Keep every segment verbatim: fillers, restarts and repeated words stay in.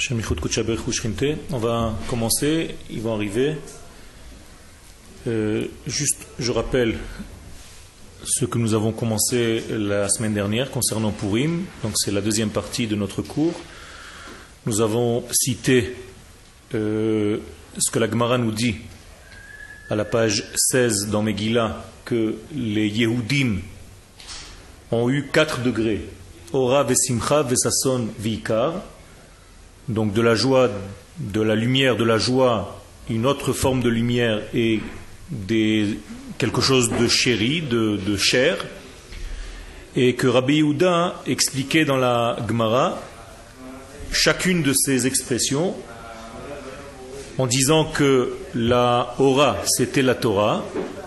On va commencer, ils vont arriver. Euh, juste, je rappelle ce que nous avons commencé la semaine dernière concernant Purim. Donc c'est la deuxième partie de notre cours. Nous avons cité euh, ce que la Gemara nous dit à la page seize dans Megillah, que les Yehudim ont eu quatre degrés. Ora vesimcha vesason vikar. Donc de la joie, de la lumière, de la joie, une autre forme de lumière et des, quelque chose de chéri, de, de chair. Et que Rabbi Yehuda expliquait dans la Gemara chacune de ces expressions en disant que la Ora c'était la Torah,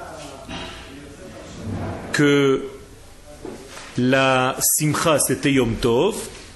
que la Simcha c'était Yom Tov,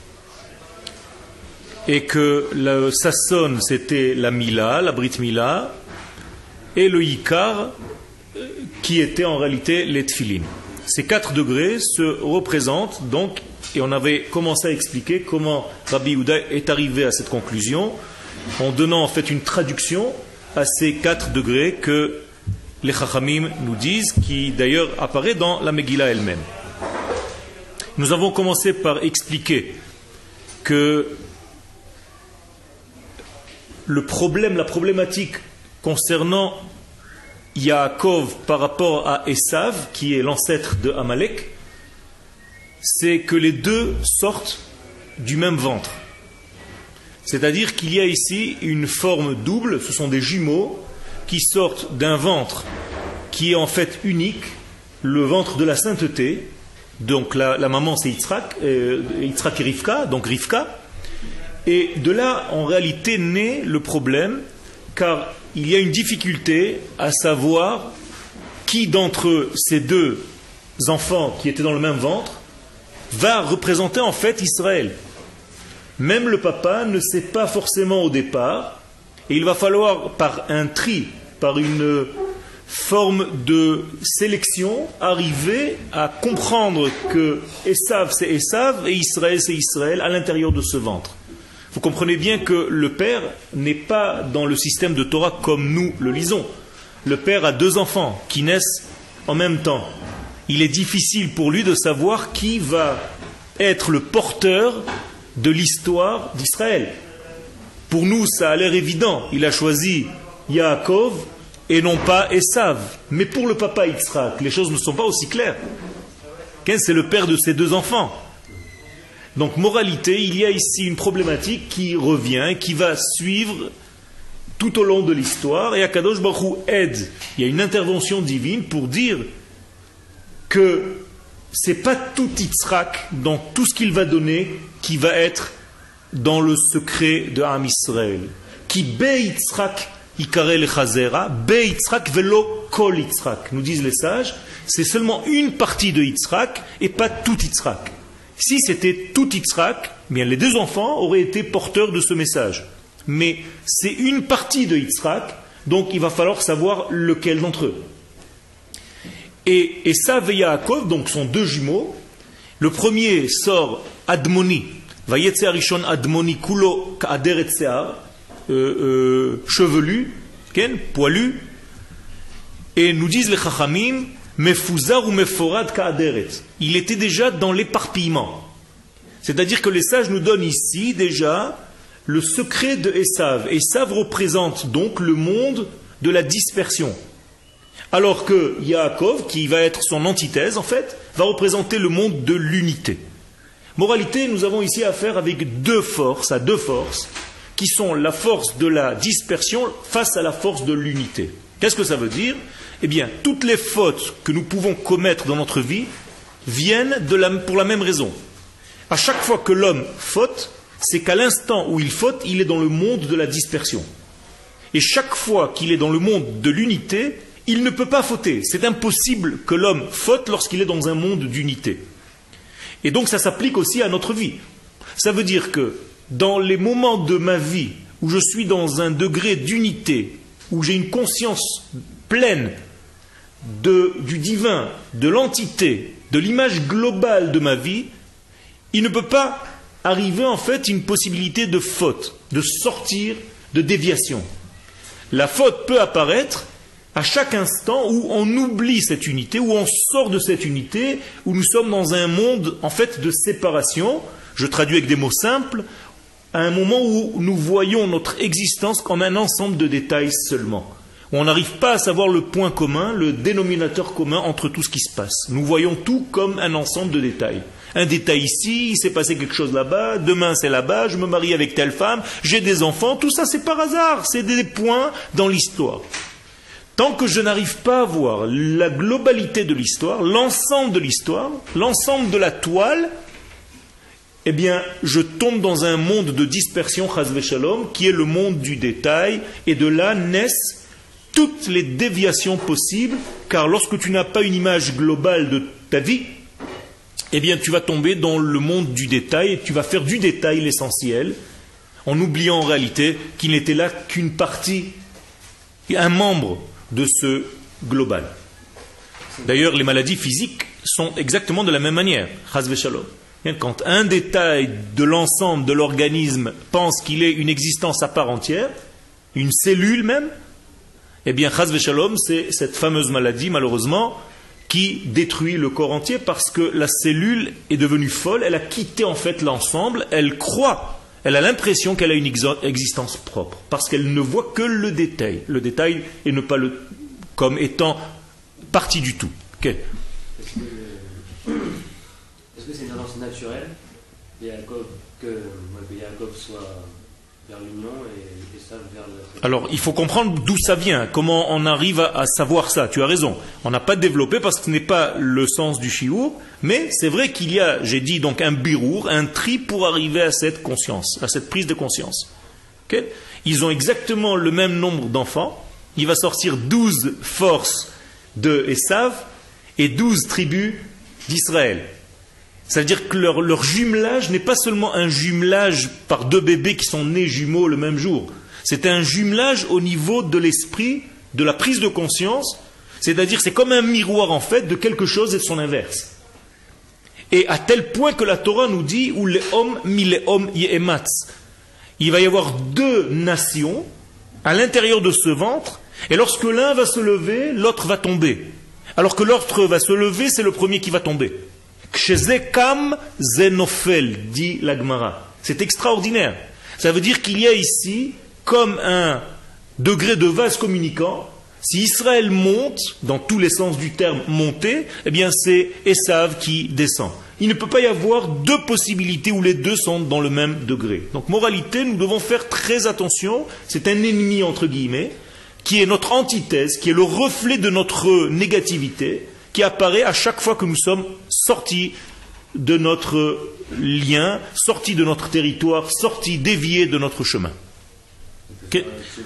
et que le Sasson c'était la Mila, la Brit Mila, et le Yikar qui était en réalité les Tfilin. Ces quatre degrés se représentent donc, et on avait commencé à expliquer comment Rabbi Yehuda est arrivé à cette conclusion en donnant en fait une traduction à ces quatre degrés que les Chachamim nous disent, qui d'ailleurs apparaît dans la Megillah elle-même. Nous avons commencé par expliquer que le problème, la problématique concernant Yaakov par rapport à Esav, qui est l'ancêtre de Amalek, c'est que les deux sortent du même ventre. C'est-à-dire qu'il y a ici une forme double, ce sont des jumeaux qui sortent d'un ventre qui est en fait unique, le ventre de la sainteté. Donc la, la maman c'est Yitzhak, euh, Yitzhak et Rivka, donc Rivka. Et de là, en réalité, naît le problème, car il y a une difficulté à savoir qui d'entre ces deux enfants qui étaient dans le même ventre va représenter en fait Israël. Même le papa ne sait pas forcément au départ, et il va falloir par un tri, par une forme de sélection, arriver à comprendre que Esav c'est Esav et Israël c'est Israël à l'intérieur de ce ventre. Vous comprenez bien que le père n'est pas dans le système de Torah comme nous le lisons. Le père a deux enfants qui naissent en même temps. Il est difficile pour lui de savoir qui va être le porteur de l'histoire d'Israël. Pour nous, ça a l'air évident. Il a choisi Yaakov et non pas Esav. Mais pour le papa Yitzhak, les choses ne sont pas aussi claires. C'est le père de ses deux enfants. Donc, moralité, il y a ici une problématique qui revient, qui va suivre tout au long de l'histoire. Et Akadosh Baruch Hu aide. Il y a une intervention divine pour dire que c'est pas tout Yitzhak, dans tout ce qu'il va donner, qui va être dans le secret de Am Israël. Qui be Yitzhak ikare lechazera, be Yitzhak velo kol Yitzhak. Nous disent les sages, c'est seulement une partie de Yitzhak et pas tout Yitzhak. Si c'était tout Yitzhak, bien les deux enfants auraient été porteurs de ce message. Mais c'est une partie de Yitzhak, donc il va falloir savoir lequel d'entre eux. Et Esav et Yaakov, donc sont deux jumeaux. Le premier sort Admoni, Vayetze Arishon Admoni Kulo Ka'ader et Sear, chevelu, ken, poilu. Et nous disent les Chachamim, Mefuzar ou Meforad Ka'aderet. Il était déjà dans l'éparpillement. C'est-à-dire que les sages nous donnent ici déjà le secret de Esav. Esav représente donc le monde de la dispersion. Alors que Yaakov, qui va être son antithèse en fait, va représenter le monde de l'unité. Moralité, nous avons ici affaire avec deux forces, à deux forces, qui sont la force de la dispersion face à la force de l'unité. Qu'est-ce que ça veut dire ? Eh bien, toutes les fautes que nous pouvons commettre dans notre vie viennent de la, pour la même raison. À chaque fois que l'homme faute, c'est qu'à l'instant où il faute, il est dans le monde de la dispersion. Et chaque fois qu'il est dans le monde de l'unité, il ne peut pas fauter. C'est impossible que l'homme faute lorsqu'il est dans un monde d'unité. Et donc ça s'applique aussi à notre vie. Ça veut dire que dans les moments de ma vie où je suis dans un degré d'unité, où j'ai une conscience pleine de, du divin, de l'entité, de l'image globale de ma vie, il ne peut pas arriver en fait une possibilité de faute, de sortir, de déviation. La faute peut apparaître à chaque instant où on oublie cette unité, où on sort de cette unité, où nous sommes dans un monde en fait de séparation. Je traduis avec des mots simples, à un moment où nous voyons notre existence comme un ensemble de détails seulement. Où on n'arrive pas à savoir le point commun, le dénominateur commun entre tout ce qui se passe. Nous voyons tout comme un ensemble de détails. Un détail ici, il s'est passé quelque chose là-bas, demain c'est là-bas, je me marie avec telle femme, j'ai des enfants, tout ça c'est par hasard, c'est des points dans l'histoire. Tant que je n'arrive pas à voir la globalité de l'histoire, l'ensemble de l'histoire, l'ensemble de la toile, eh bien, je tombe dans un monde de dispersion, chas v'shalom, qui est le monde du détail, et de là naissent toutes les déviations possibles, car lorsque tu n'as pas une image globale de ta vie, eh bien, tu vas tomber dans le monde du détail, et tu vas faire du détail l'essentiel, en oubliant en réalité qu'il n'était là qu'une partie, un membre de ce global. D'ailleurs, les maladies physiques sont exactement de la même manière, chas v'shalom. Quand un détail de l'ensemble de l'organisme pense qu'il est une existence à part entière, une cellule même, eh bien, chas v'shalom, c'est cette fameuse maladie, malheureusement, qui détruit le corps entier parce que la cellule est devenue folle, elle a quitté en fait l'ensemble, elle croit, elle a l'impression qu'elle a une existence propre, parce qu'elle ne voit que le détail, le détail et ne pas le comme étant partie du tout. Okay. Est-ce que, est-ce que c'est une tendance naturelle Yaakov, que, que Yaakov soit vers l'union et, et ça vers le... Alors, il faut comprendre d'où ça vient, comment on arrive à, à savoir ça. Tu as raison. On n'a pas développé parce que ce n'est pas le sens du shiur, mais c'est vrai qu'il y a, j'ai dit donc un birour, un tri pour arriver à cette conscience, à cette prise de conscience. Okay? Ils ont exactement le même nombre d'enfants. Il va sortir douze forces de Esav et douze tribus d'Israël. Ça veut dire que leur, leur jumelage n'est pas seulement un jumelage par deux bébés qui sont nés jumeaux le même jour. C'est un jumelage au niveau de l'esprit, de la prise de conscience. C'est-à-dire c'est comme un miroir en fait de quelque chose et de son inverse. Et à tel point que la Torah nous dit où les hommes mi les hommes yematz. Il va y avoir deux nations à l'intérieur de ce ventre, et lorsque l'un va se lever, l'autre va tomber. Alors que l'autre va se lever, c'est le premier qui va tomber. Kshezekam zenofel, dit la Gemara. C'est extraordinaire. Ça veut dire qu'il y a ici comme un degré de vase communicant. Si Israël monte, dans tous les sens du terme monter, eh bien c'est Esav qui descend. Il ne peut pas y avoir deux possibilités où les deux sont dans le même degré. Donc moralité, nous devons faire très attention. C'est un ennemi entre guillemets, qui est notre antithèse, qui est le reflet de notre négativité, qui apparaît à chaque fois que nous sommes sortis de notre lien, sortis de notre territoire, sortis, déviés de notre chemin. Okay.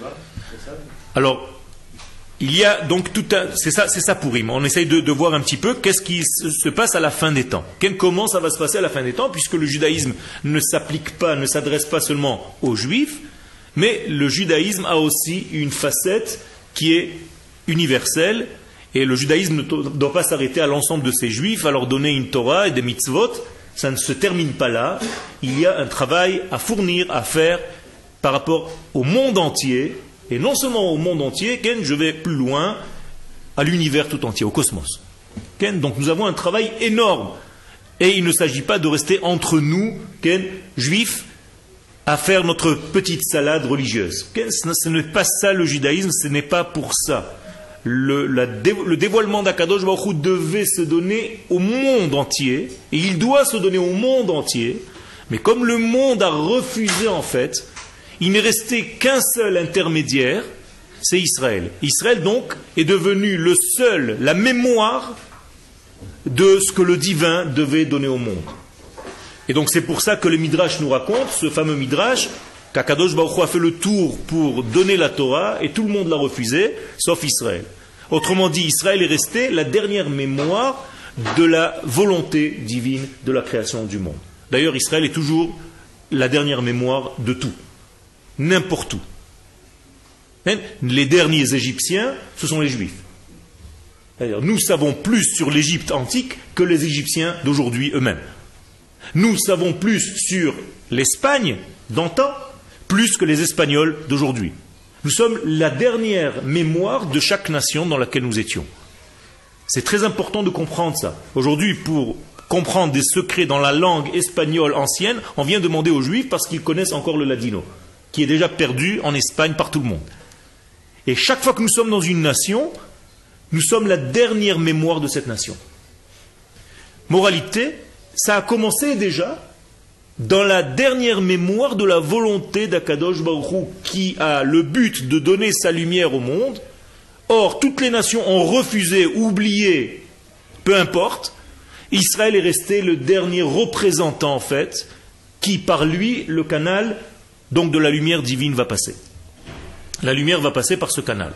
Alors, il y a donc tout un... C'est ça, c'est ça pour Purim. On essaye de, de voir un petit peu qu'est-ce qui se passe à la fin des temps. Comment ça va se passer à la fin des temps, puisque le judaïsme ne s'applique pas, ne s'adresse pas seulement aux juifs, mais le judaïsme a aussi une facette qui est universelle. Et le judaïsme ne doit pas s'arrêter à l'ensemble de ces juifs, à leur donner une Torah et des mitzvot. Ça ne se termine pas là. Il y a un travail à fournir, à faire par rapport au monde entier. Et non seulement au monde entier, Ken, je vais plus loin, à l'univers tout entier, au cosmos. Ken, donc nous avons un travail énorme. Et il ne s'agit pas de rester entre nous, Ken, juifs, à faire notre petite salade religieuse. Ken, ce n'est pas ça le judaïsme, ce n'est pas pour ça. Le, la, le dévoilement d'Akadosh Baruch Hu devait se donner au monde entier, et il doit se donner au monde entier, mais comme le monde a refusé en fait, il n'est resté qu'un seul intermédiaire, c'est Israël. Israël donc est devenu le seul, la mémoire de ce que le divin devait donner au monde. Et donc c'est pour ça que le Midrash nous raconte, ce fameux Midrash, qu'Akadosh Baruch Hu a fait le tour pour donner la Torah et tout le monde l'a refusé, sauf Israël. Autrement dit, Israël est resté la dernière mémoire de la volonté divine de la création du monde. D'ailleurs, Israël est toujours la dernière mémoire de tout, n'importe où. Les derniers Égyptiens, ce sont les Juifs. C'est-à-dire, nous savons plus sur l'Égypte antique que les Égyptiens d'aujourd'hui eux-mêmes. Nous savons plus sur l'Espagne d'antan, plus que les Espagnols d'aujourd'hui. Nous sommes la dernière mémoire de chaque nation dans laquelle nous étions. C'est très important de comprendre ça. Aujourd'hui, pour comprendre des secrets dans la langue espagnole ancienne, on vient demander aux Juifs parce qu'ils connaissent encore le ladino, qui est déjà perdu en Espagne par tout le monde. Et chaque fois que nous sommes dans une nation, nous sommes la dernière mémoire de cette nation. Moralité, ça a commencé déjà dans la dernière mémoire de la volonté d'Akadosh Baruch Hu, qui a le but de donner sa lumière au monde. Or, toutes les nations ont refusé, oublié, peu importe. Israël est resté le dernier représentant, en fait, qui, par lui, le canal, donc de la lumière divine, va passer. La lumière va passer par ce canal.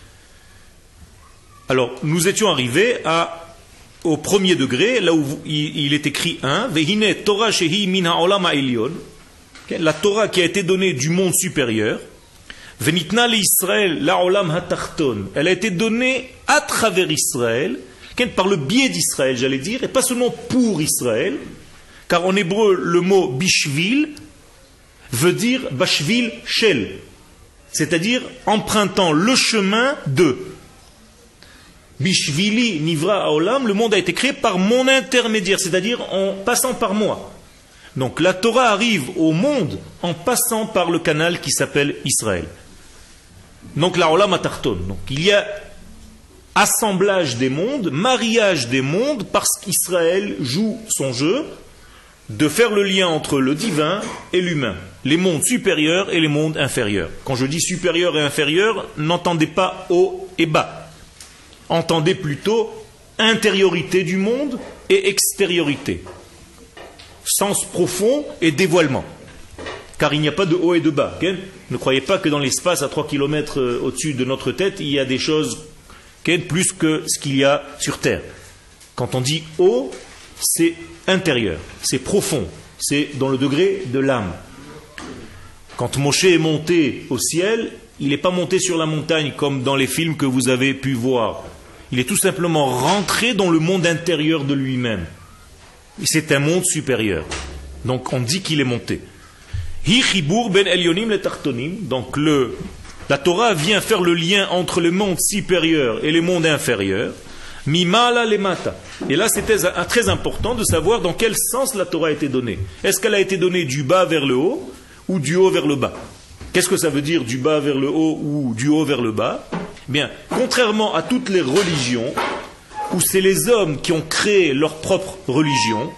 Alors, nous étions arrivés à, au premier degré, là où il, il est écrit un, Vehine Torah shehi min ha'olam ha'elyon, la Torah qui a été donnée du monde supérieur, Venitna le Israël la'olam ha'tarton, elle a été donnée à travers Israël, par le biais d'Israël, j'allais dire, et pas seulement pour Israël, car en hébreu, le mot bishvil veut dire bashvil shel, c'est-à-dire empruntant le chemin de. Bishvili nivra haolam, le monde a été créé par mon intermédiaire, c'est-à-dire en passant par moi. Donc la Torah arrive au monde en passant par le canal qui s'appelle Israël. Donc la olam atarton. Donc il y a assemblage des mondes, mariage des mondes, parce qu'Israël joue son jeu de faire le lien entre le divin et l'humain, les mondes supérieurs et les mondes inférieurs. Quand je dis supérieur et inférieur, n'entendez pas haut et bas. Entendez plutôt intériorité du monde et extériorité. Sens profond et dévoilement. Car il n'y a pas de haut et de bas. Okay? Ne croyez pas que dans l'espace, à trois kilomètres au-dessus de notre tête, il y a des choses okay, plus que ce qu'il y a sur Terre. Quand on dit haut, c'est intérieur, c'est profond, c'est dans le degré de l'âme. Quand Moshe est monté au ciel, il n'est pas monté sur la montagne comme dans les films que vous avez pu voir. Il est tout simplement rentré dans le monde intérieur de lui-même. C'est un monde supérieur. Donc on dit qu'il est monté. Donc le, la Torah vient faire le lien entre le monde supérieur et le monde inférieur. Mimala lemata. Et là c'était très important de savoir dans quel sens la Torah a été donnée. Est-ce qu'elle a été donnée du bas vers le haut ou du haut vers le bas? Qu'est-ce que ça veut dire du bas vers le haut ou du haut vers le bas? Bien, contrairement à toutes les religions, où c'est les hommes qui ont créé leur propre religion,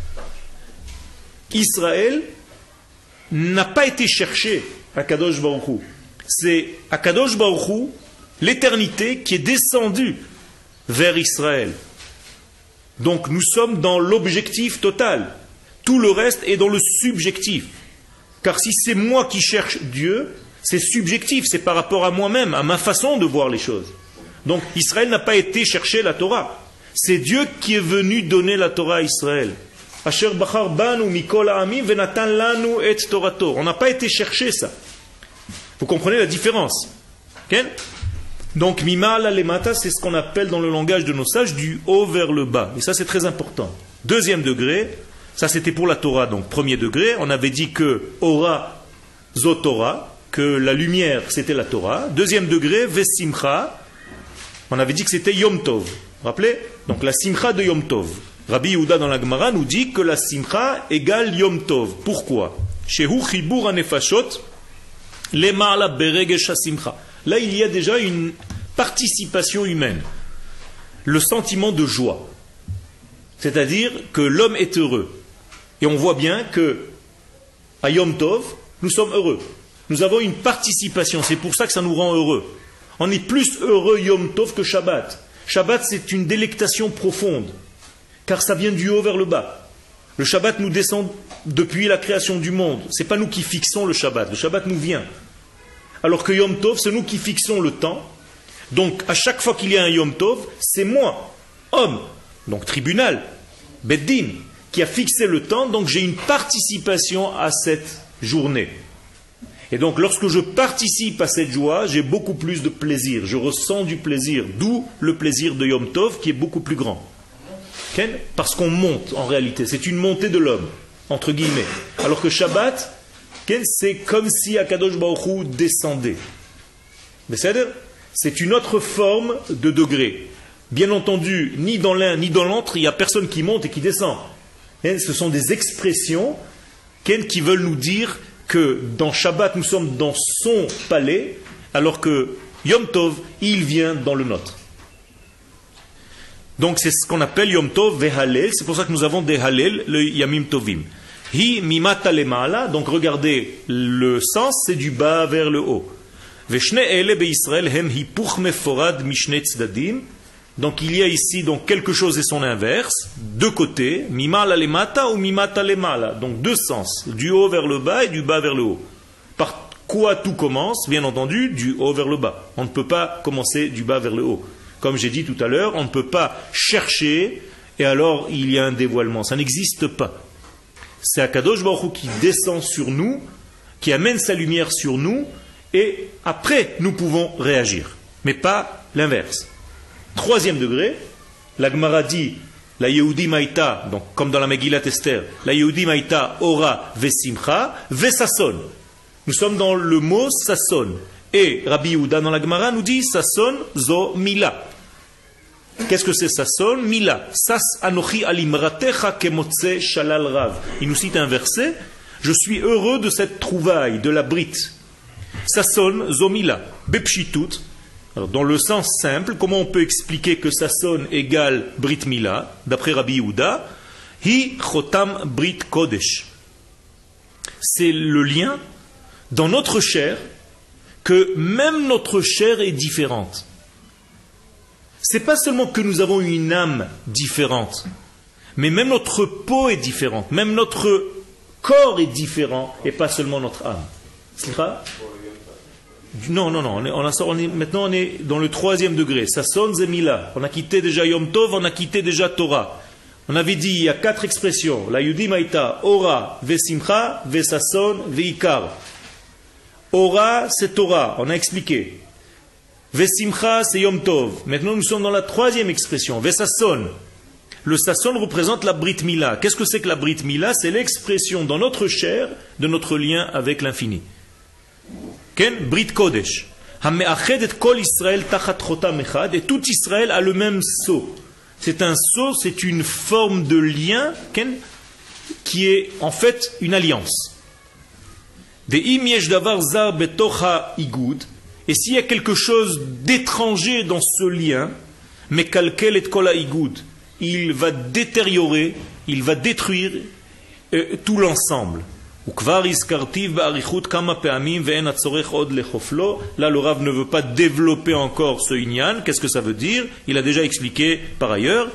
Israël n'a pas été cherché à Kadosh Baruch Hu. C'est à Kadosh Baruch Hu, l'éternité, qui est descendue vers Israël. Donc nous sommes dans l'objectif total. Tout le reste est dans le subjectif. Car si c'est moi qui cherche Dieu, c'est subjectif, c'est par rapport à moi-même, à ma façon de voir les choses. Donc Israël n'a pas été chercher la Torah. C'est Dieu qui est venu donner la Torah à Israël. Asher bachar banu mikol ha'amim venatan lanu et torato. On n'a pas été chercher ça. Vous comprenez la différence? Okay? Donc mimala lemata, c'est ce qu'on appelle dans le langage de nos sages du haut vers le bas. Et ça c'est très important. Deuxième degré, ça c'était pour la Torah, donc premier degré, on avait dit que ora zotora, que la lumière c'était la Torah. Deuxième degré, vesimcha, on avait dit que c'était Yom Tov. Vous vous rappelez? Donc la simcha de Yom Tov. Rabbi Yehuda dans la Gemara nous dit que la simcha égale Yom Tov. Pourquoi? Shehu chibur hanefashot lema'ala beregesh hasimcha. Là il y a déjà une participation humaine, le sentiment de joie. C'est-à-dire que l'homme est heureux. Et on voit bien que à Yom Tov, nous sommes heureux. Nous avons une participation, c'est pour ça que ça nous rend heureux. On est plus heureux Yom Tov que Shabbat. Shabbat, c'est une délectation profonde, car ça vient du haut vers le bas. Le Shabbat nous descend depuis la création du monde. Ce n'est pas nous qui fixons le Shabbat, le Shabbat nous vient. Alors que Yom Tov, c'est nous qui fixons le temps. Donc, à chaque fois qu'il y a un Yom Tov, c'est moi, homme, donc tribunal, Beddin, qui a fixé le temps, donc j'ai une participation à cette journée. Et donc, lorsque je participe à cette joie, j'ai beaucoup plus de plaisir. Je ressens du plaisir, d'où le plaisir de Yom Tov qui est beaucoup plus grand. Parce qu'on monte en réalité, c'est une montée de l'homme, entre guillemets. Alors que Shabbat, c'est comme si Akadosh Baruch Hu descendait. C'est une autre forme de degré. Bien entendu, ni dans l'un ni dans l'autre, il n'y a personne qui monte et qui descend. Ce sont des expressions qui veulent nous dire que dans Shabbat, nous sommes dans son palais, alors que Yom Tov, il vient dans le nôtre. Donc c'est ce qu'on appelle Yom Tov vehalel, c'est pour ça que nous avons des halel, le Yamim Tovim. Hi mimata lemala, donc regardez le sens, c'est du bas vers le haut. Veshne ele beIsrael hem hipuch meforad mishne tzdadim. Donc il y a ici donc quelque chose et son inverse, deux côtés, mimala lemata ou mimata lemala, donc deux sens, du haut vers le bas et du bas vers le haut. Par quoi tout commence? Bien entendu, du haut vers le bas. On ne peut pas commencer du bas vers le haut. Comme j'ai dit tout à l'heure, on ne peut pas chercher et alors il y a un dévoilement. Ça n'existe pas. C'est Akadosh Baruch Hu qui descend sur nous, qui amène sa lumière sur nous et après nous pouvons réagir. Mais pas l'inverse. Troisième degré, la Gemara dit, la Yehudi Maïta, donc comme dans la Megillat Esther, la Yehudi Maïta ora vesimcha vesason. Nous sommes dans le mot sason. Et Rabbi Yehuda dans la Gemara nous dit sason zo mila. Qu'est-ce que c'est sason? Mila. Sas anochi alimratecha kemotse shalal rav. Il nous cite un verset. Je suis heureux de cette trouvaille, de la brite. Sason zo mila. Bepshitut. Alors, dans le sens simple, comment on peut expliquer que Sasson égale Brit Mila, d'après Rabbi Yehuda? Hi chotam Brit Kodesh. C'est le lien dans notre chair, que même notre chair est différente. C'est pas seulement que nous avons une âme différente, mais même notre peau est différente, même notre corps est différent, et pas seulement notre âme. C'est ça? Non, non, non, on est, on a, on est, maintenant on est dans le troisième degré. Sasson zemila. On a quitté déjà Yom Tov, on a quitté déjà Torah. On avait dit, il y a quatre expressions. La Yudi Maïta, Ora, Vesimcha, Vesasson, Veikar. Ora, c'est Torah, on a expliqué. Vesimcha, c'est Yom Tov. Maintenant nous sommes dans la troisième expression, Vesasson. Le Sasson représente la Brit Mila. Qu'est-ce que c'est que la Brit Mila? C'est l'expression dans notre chair de notre lien avec l'infini. Brit Kodesh. Et tout Israël a le même sceau. C'est un sceau, c'est une forme de lien qui est en fait une alliance. Et s'il y a quelque chose d'étranger dans ce lien, il va détériorer, il va détruire euh, tout l'ensemble. Là, le Rav ne veut pas développer encore ce inyan. Qu'est-ce que ça veut dire? Il a déjà expliqué par ailleurs.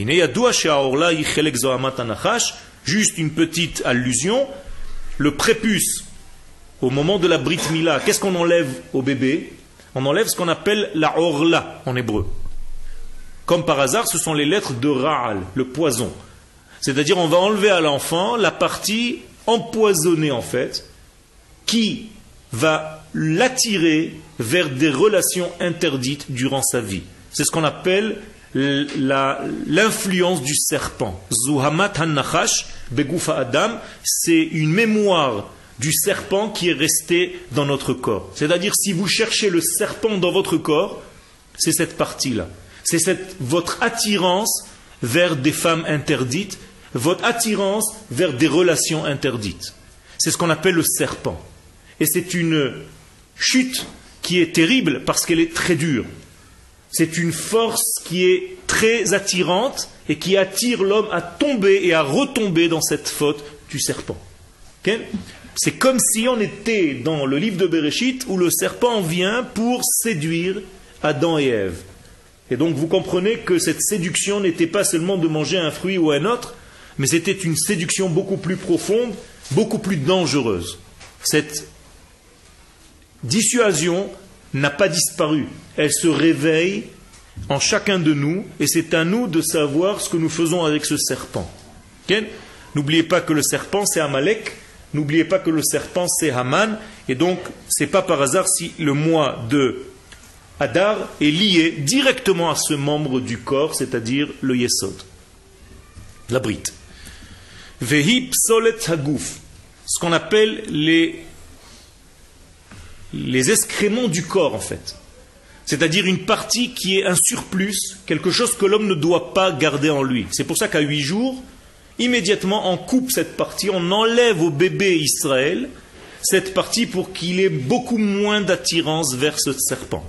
Juste une petite allusion. Le prépuce, au moment de la Brit Mila, qu'est-ce qu'on enlève au bébé? On enlève ce qu'on appelle la orla en hébreu. Comme par hasard, ce sont les lettres de Ra'al, le poison. C'est-à-dire, on va enlever à l'enfant la partie empoisonné en fait, qui va l'attirer vers des relations interdites durant sa vie. C'est ce qu'on appelle la, l'influence du serpent. Zuhamat han-nachash begufa adam, c'est une mémoire du serpent qui est restée dans notre corps. C'est-à-dire, si vous cherchez le serpent dans votre corps, c'est cette partie-là. C'est cette, votre attirance vers des femmes interdites, votre attirance vers des relations interdites. C'est ce qu'on appelle le serpent. Et c'est une chute qui est terrible parce qu'elle est très dure. C'est une force qui est très attirante et qui attire l'homme à tomber et à retomber dans cette faute du serpent. Okay? C'est comme si on était dans le livre de Bereshit où le serpent vient pour séduire Adam et Ève. Et donc vous comprenez que cette séduction n'était pas seulement de manger un fruit ou un autre, mais c'était une séduction beaucoup plus profonde, beaucoup plus dangereuse. Cette dissuasion n'a pas disparu. Elle se réveille en chacun de nous, et c'est à nous de savoir ce que nous faisons avec ce serpent. Okay? N'oubliez pas que le serpent c'est Amalek, n'oubliez pas que le serpent c'est Haman, et donc c'est pas par hasard si le mois de Adar est lié directement à ce membre du corps, c'est-à-dire le Yesod. la brite. Vehi psolet haguf, ce qu'on appelle les, les excréments du corps en fait. C'est-à-dire une partie qui est un surplus, quelque chose que l'homme ne doit pas garder en lui. C'est pour ça qu'à huit jours, immédiatement on coupe cette partie, on enlève au bébé Israël cette partie pour qu'il ait beaucoup moins d'attirance vers ce serpent.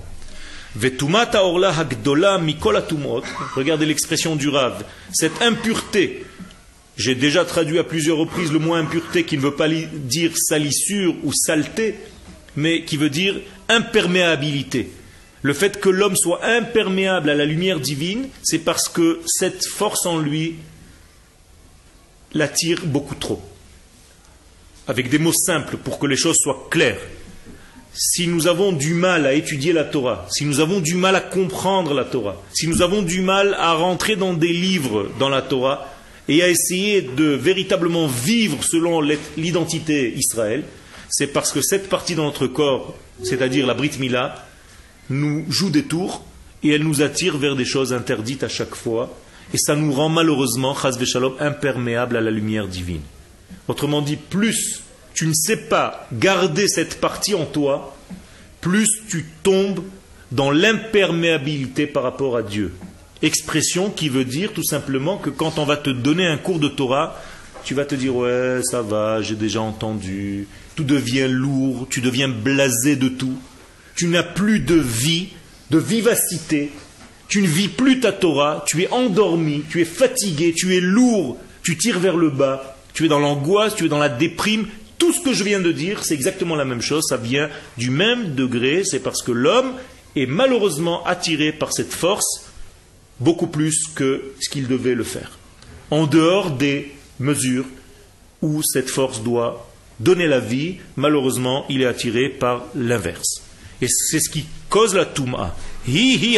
Regardez l'expression du Rav, cette impureté, j'ai déjà traduit à plusieurs reprises le mot impureté qui ne veut pas dire salissure ou saleté, mais qui veut dire imperméabilité. Le fait que l'homme soit imperméable à la lumière divine, c'est parce que cette force en lui l'attire beaucoup trop. Avec des mots simples pour que les choses soient claires. Si nous avons du mal à étudier la Torah, si nous avons du mal à comprendre la Torah, si nous avons du mal à rentrer dans des livres dans la Torah et à essayer de véritablement vivre selon l'identité Israël, c'est parce que cette partie de notre corps, c'est-à-dire la Brit Mila, nous joue des tours et elle nous attire vers des choses interdites à chaque fois et ça nous rend malheureusement, chas v'shalom, imperméable à la lumière divine. Autrement dit, plus tu ne sais pas garder cette partie en toi, plus tu tombes dans l'imperméabilité par rapport à Dieu. Expression qui veut dire tout simplement que quand on va te donner un cours de Torah, tu vas te dire « ouais, ça va, j'ai déjà entendu », tout devient lourd, tu deviens blasé de tout, tu n'as plus de vie, de vivacité, tu ne vis plus ta Torah, tu es endormi, tu es fatigué, tu es lourd, tu tires vers le bas, tu es dans l'angoisse, tu es dans la déprime. Tout ce que je viens de dire, c'est exactement la même chose, ça vient du même degré, c'est parce que l'homme est malheureusement attiré par cette force beaucoup plus que ce qu'il devait le faire. En dehors des mesures où cette force doit donner la vie, malheureusement, il est attiré par l'inverse. Et c'est ce qui cause la Touma. Et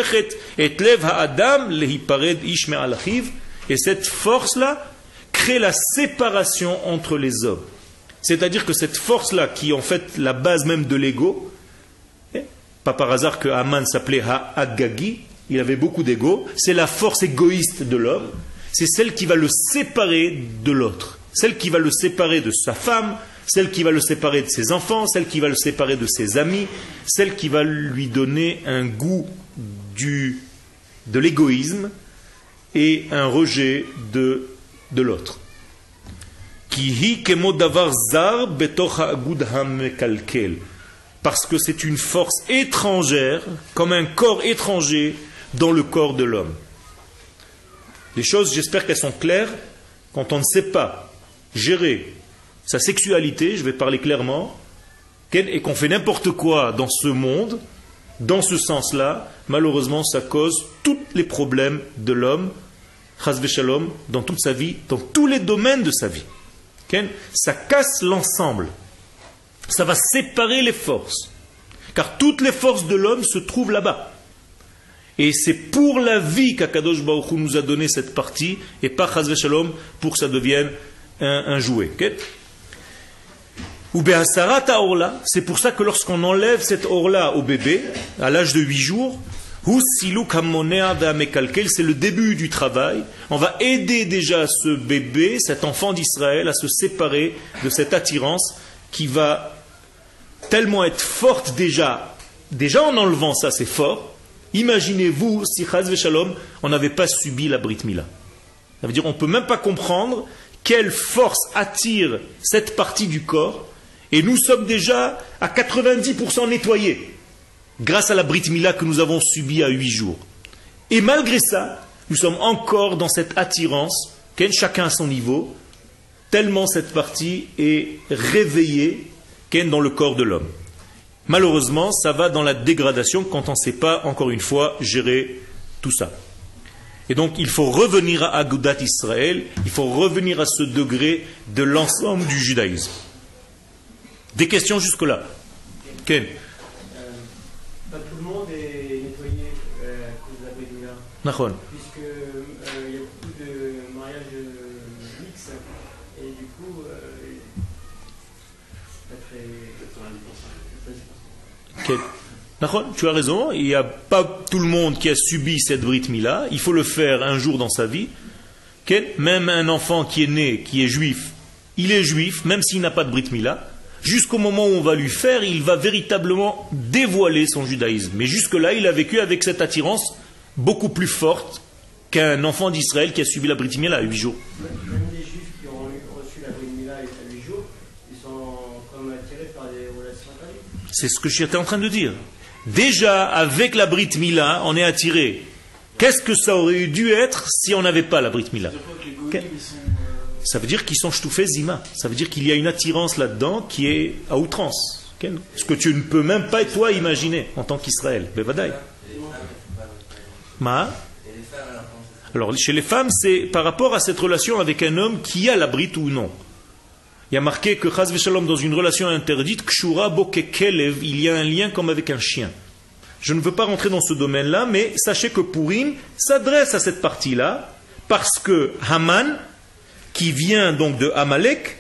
cette force-là crée la séparation entre les hommes. C'est-à-dire que cette force-là, qui est en fait la base même de l'ego, pas par hasard que Haman s'appelait Ha-Agagi, il avait beaucoup d'ego, c'est la force égoïste de l'homme, c'est celle qui va le séparer de l'autre, celle qui va le séparer de sa femme, celle qui va le séparer de ses enfants, celle qui va le séparer de ses amis, celle qui va lui donner un goût du, de l'égoïsme et un rejet de, de l'autre. Parce que c'est une force étrangère, comme un corps étranger dans le corps de l'homme. Les choses, j'espère qu'elles sont claires. Quand on ne sait pas gérer sa sexualité, je vais parler clairement, et qu'on fait n'importe quoi dans ce monde, dans ce sens-là, malheureusement, ça cause tous les problèmes de l'homme, chas v'shalom, dans toute sa vie, dans tous les domaines de sa vie. Ça casse l'ensemble. Ça va séparer les forces. Car toutes les forces de l'homme se trouvent là-bas. Et c'est pour la vie qu'Akadosh Baruch Hu nous a donné cette partie, et pas chas v'shalom pour que ça devienne un, un jouet. Okay? Ou be'asarat ha'orla, c'est pour ça que lorsqu'on enlève cette orla au bébé, à l'âge de huit jours, c'est le début du travail. On va aider déjà ce bébé, cet enfant d'Israël, à se séparer de cette attirance qui va tellement être forte déjà. Déjà en enlevant ça, c'est fort. Imaginez-vous si chas v'shalom, on n'avait pas subi la Brit Mila. Ça veut dire on ne peut même pas comprendre quelle force attire cette partie du corps. Et nous sommes déjà à quatre-vingt-dix pour cent nettoyés grâce à la Brit Mila que nous avons subie à huit jours. Et malgré ça, nous sommes encore dans cette attirance, chacun à son niveau, tellement cette partie est réveillée dans le corps de l'homme. Malheureusement, ça va dans la dégradation quand on ne sait pas, encore une fois, gérer tout ça. Et donc, il faut revenir à Agudat Israël, il faut revenir à ce degré de l'ensemble du judaïsme. Des questions jusque-là? Ken? Pas tout le monde est nettoyé euh, à cause de la Brit Mila. Nachon. Puisque euh, il y a beaucoup de mariages euh, mixtes et du coup, euh, pas très. Ken. Nachon, tu as raison. Il n'y a pas tout le monde qui a subi cette Brit Mila. Il faut le faire un jour dans sa vie. Même un enfant qui est né, qui est juif, il est juif, même s'il n'a pas de Brit Mila. Jusqu'au moment où on va lui faire, il va véritablement dévoiler son judaïsme. Mais jusque-là, il a vécu avec cette attirance beaucoup plus forte qu'un enfant d'Israël qui a subi la Brit Mila à huit jours. Même les juifs qui ont reçu la Brit Mila à huit jours, ils sont comme attirés par des relations intérieures. C'est ce que j'étais en train de dire. Déjà, avec la Brit Mila, on est attiré. Qu'est-ce que ça aurait dû être si on n'avait pas la Brit Mila? Ça veut dire qu'ils sont shtoufés zima. Ça veut dire qu'il y a une attirance là-dedans qui est à outrance. Ce que tu ne peux même pas, toi, imaginer en tant qu'Israël. Bevadaï. Ma? Alors, chez les femmes, c'est par rapport à cette relation avec un homme qui a la Brit ou non. Il y a marqué que Chaz v'Shalom, dans une relation interdite, Kshura Bokekelev, il y a un lien comme avec un chien. Je ne veux pas rentrer dans ce domaine-là, mais sachez que Purim s'adresse à cette partie-là, parce que Haman, qui vient donc de Amalek,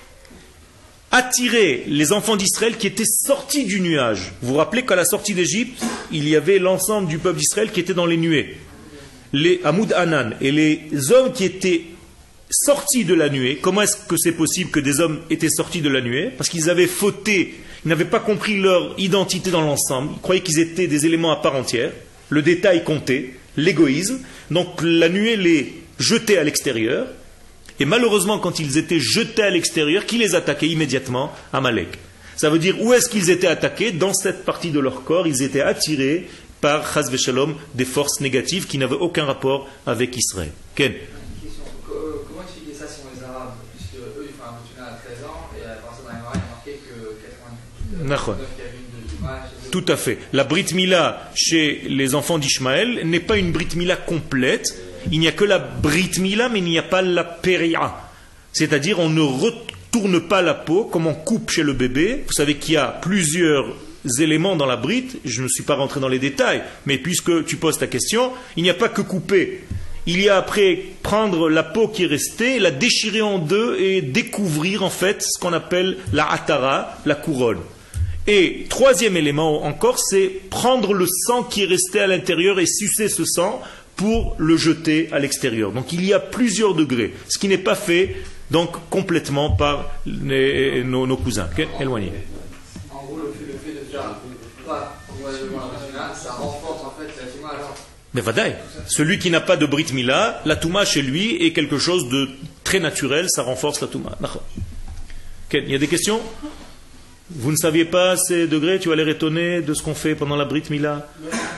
attirait les enfants d'Israël qui étaient sortis du nuage. Vous vous rappelez qu'à la sortie d'Égypte, il y avait l'ensemble du peuple d'Israël qui était dans les nuées. Les Hamoud Anan et les hommes qui étaient sortis de la nuée. Comment est-ce que c'est possible que des hommes étaient sortis de la nuée? Parce qu'ils avaient fauté, ils n'avaient pas compris leur identité dans l'ensemble. Ils croyaient qu'ils étaient des éléments à part entière. Le détail comptait, l'égoïsme. Donc la nuée les jetait à l'extérieur. Et malheureusement, quand ils étaient jetés à l'extérieur, qui les attaquait immédiatement? Amalek. Ça veut dire, où est-ce qu'ils étaient attaqués? Dans cette partie de leur corps, ils étaient attirés par Chaz v'Shalom, des forces négatives qui n'avaient aucun rapport avec Israël. Ken? Comment expliquer ça si on les Arabes? Puisque eux, ils font un rituel à treize ans, et à partir d'un il y a marqué que quatre-vingt-dix-neuf qu'il y avait une de Juma. Tout à fait. La Brit Mila chez les enfants d'Ishmaël n'est pas une Brit Mila complète. Il n'y a que la Brit Mila, mais il n'y a pas la Péria. C'est-à-dire, on ne retourne pas la peau comme on coupe chez le bébé. Vous savez qu'il y a plusieurs éléments dans la Brit. Je ne suis pas rentré dans les détails, mais puisque tu poses ta question, il n'y a pas que couper. Il y a après prendre la peau qui est restée, la déchirer en deux et découvrir en fait ce qu'on appelle la Atara, la couronne. Et troisième élément encore, c'est prendre le sang qui est resté à l'intérieur et sucer ce sang pour le jeter à l'extérieur. Donc il y a plusieurs degrés, ce qui n'est pas fait donc complètement par les, nos, nos cousins. Okay? Éloignez. En gros, le fait, le fait de faire pas ça renforce en fait la Touma alors. Mais vadaï, celui qui n'a pas de Brit Mila, la Touma chez lui est quelque chose de très naturel, ça renforce la Touma. Okay. Il y a des questions? Vous ne saviez pas ces degrés? Tu vas l'air étonné de ce qu'on fait pendant la Brit Mila?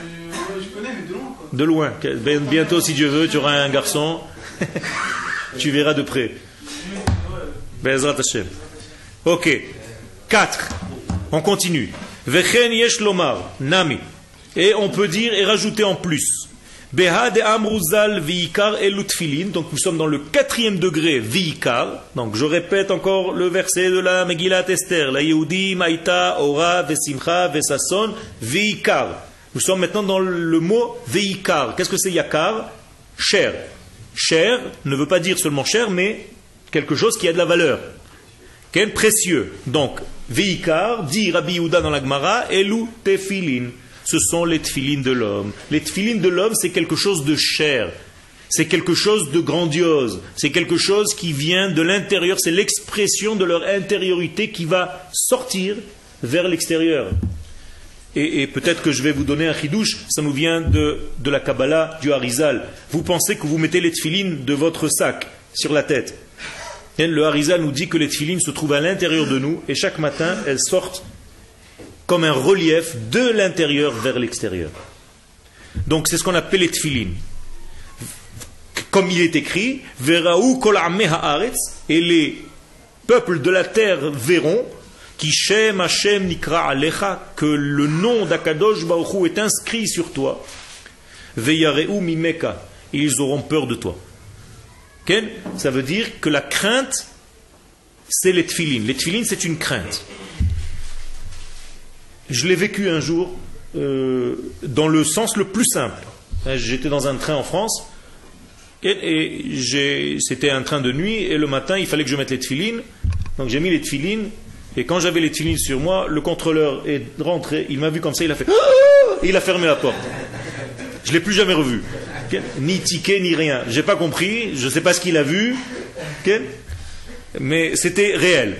De loin. Bientôt, si Dieu veut, tu auras un garçon. Tu verras de près. Be'ezrat Hashem. Ok. quatre. On continue. Vechen yesh lomar. Nami. Et on peut dire et rajouter en plus. Beha de amruzal viikar elut tfilin. Donc nous sommes dans le quatrième degré viikar. Donc je répète encore le verset de la Megillat Esther. La Yehudi maïta ora vesimcha vesason viikar. Nous sommes maintenant dans le mot veikar. Qu'est-ce que c'est yakar? Cher. Cher ne veut pas dire seulement cher, mais quelque chose qui a de la valeur. Quel précieux. Donc, veikar, dit Rabbi Yehuda dans la Gemara, elu tefilin. Ce sont les tefilin de l'homme. Les tefilin de l'homme, c'est quelque chose de cher. C'est quelque chose de grandiose. C'est quelque chose qui vient de l'intérieur. C'est l'expression de leur intériorité qui va sortir vers l'extérieur. Et, et peut-être que je vais vous donner un chidouche, ça nous vient de, de la Kabbalah, du Harizal. Vous pensez que vous mettez les tefilines de votre sac sur la tête. Et le Harizal nous dit que les tefilines se trouvent à l'intérieur de nous et chaque matin, elles sortent comme un relief de l'intérieur vers l'extérieur. Donc c'est ce qu'on appelle les tefilines. Comme il est écrit, Veraou kol ameh haaretz, et les peuples de la terre verront Kishem Hashem Nikra Alecha, que le nom d'Akadosh Baruch Hu est inscrit sur toi. Veyareu Mimeka, et ils auront peur de toi. Okay? Ça veut dire que la crainte, c'est les tefilines. Les tefilines, c'est une crainte. Je l'ai vécu un jour euh, dans le sens le plus simple. J'étais dans un train en France et, et j'ai, c'était un train de nuit et le matin, il fallait que je mette les tefilines. Donc j'ai mis les tefilines. Et quand j'avais les tefilines sur moi, le contrôleur est rentré, il m'a vu comme ça, il a fait et il a fermé la porte. Je ne l'ai plus jamais revu. Ni ticket, ni rien. Je n'ai pas compris, je ne sais pas ce qu'il a vu. Mais c'était réel.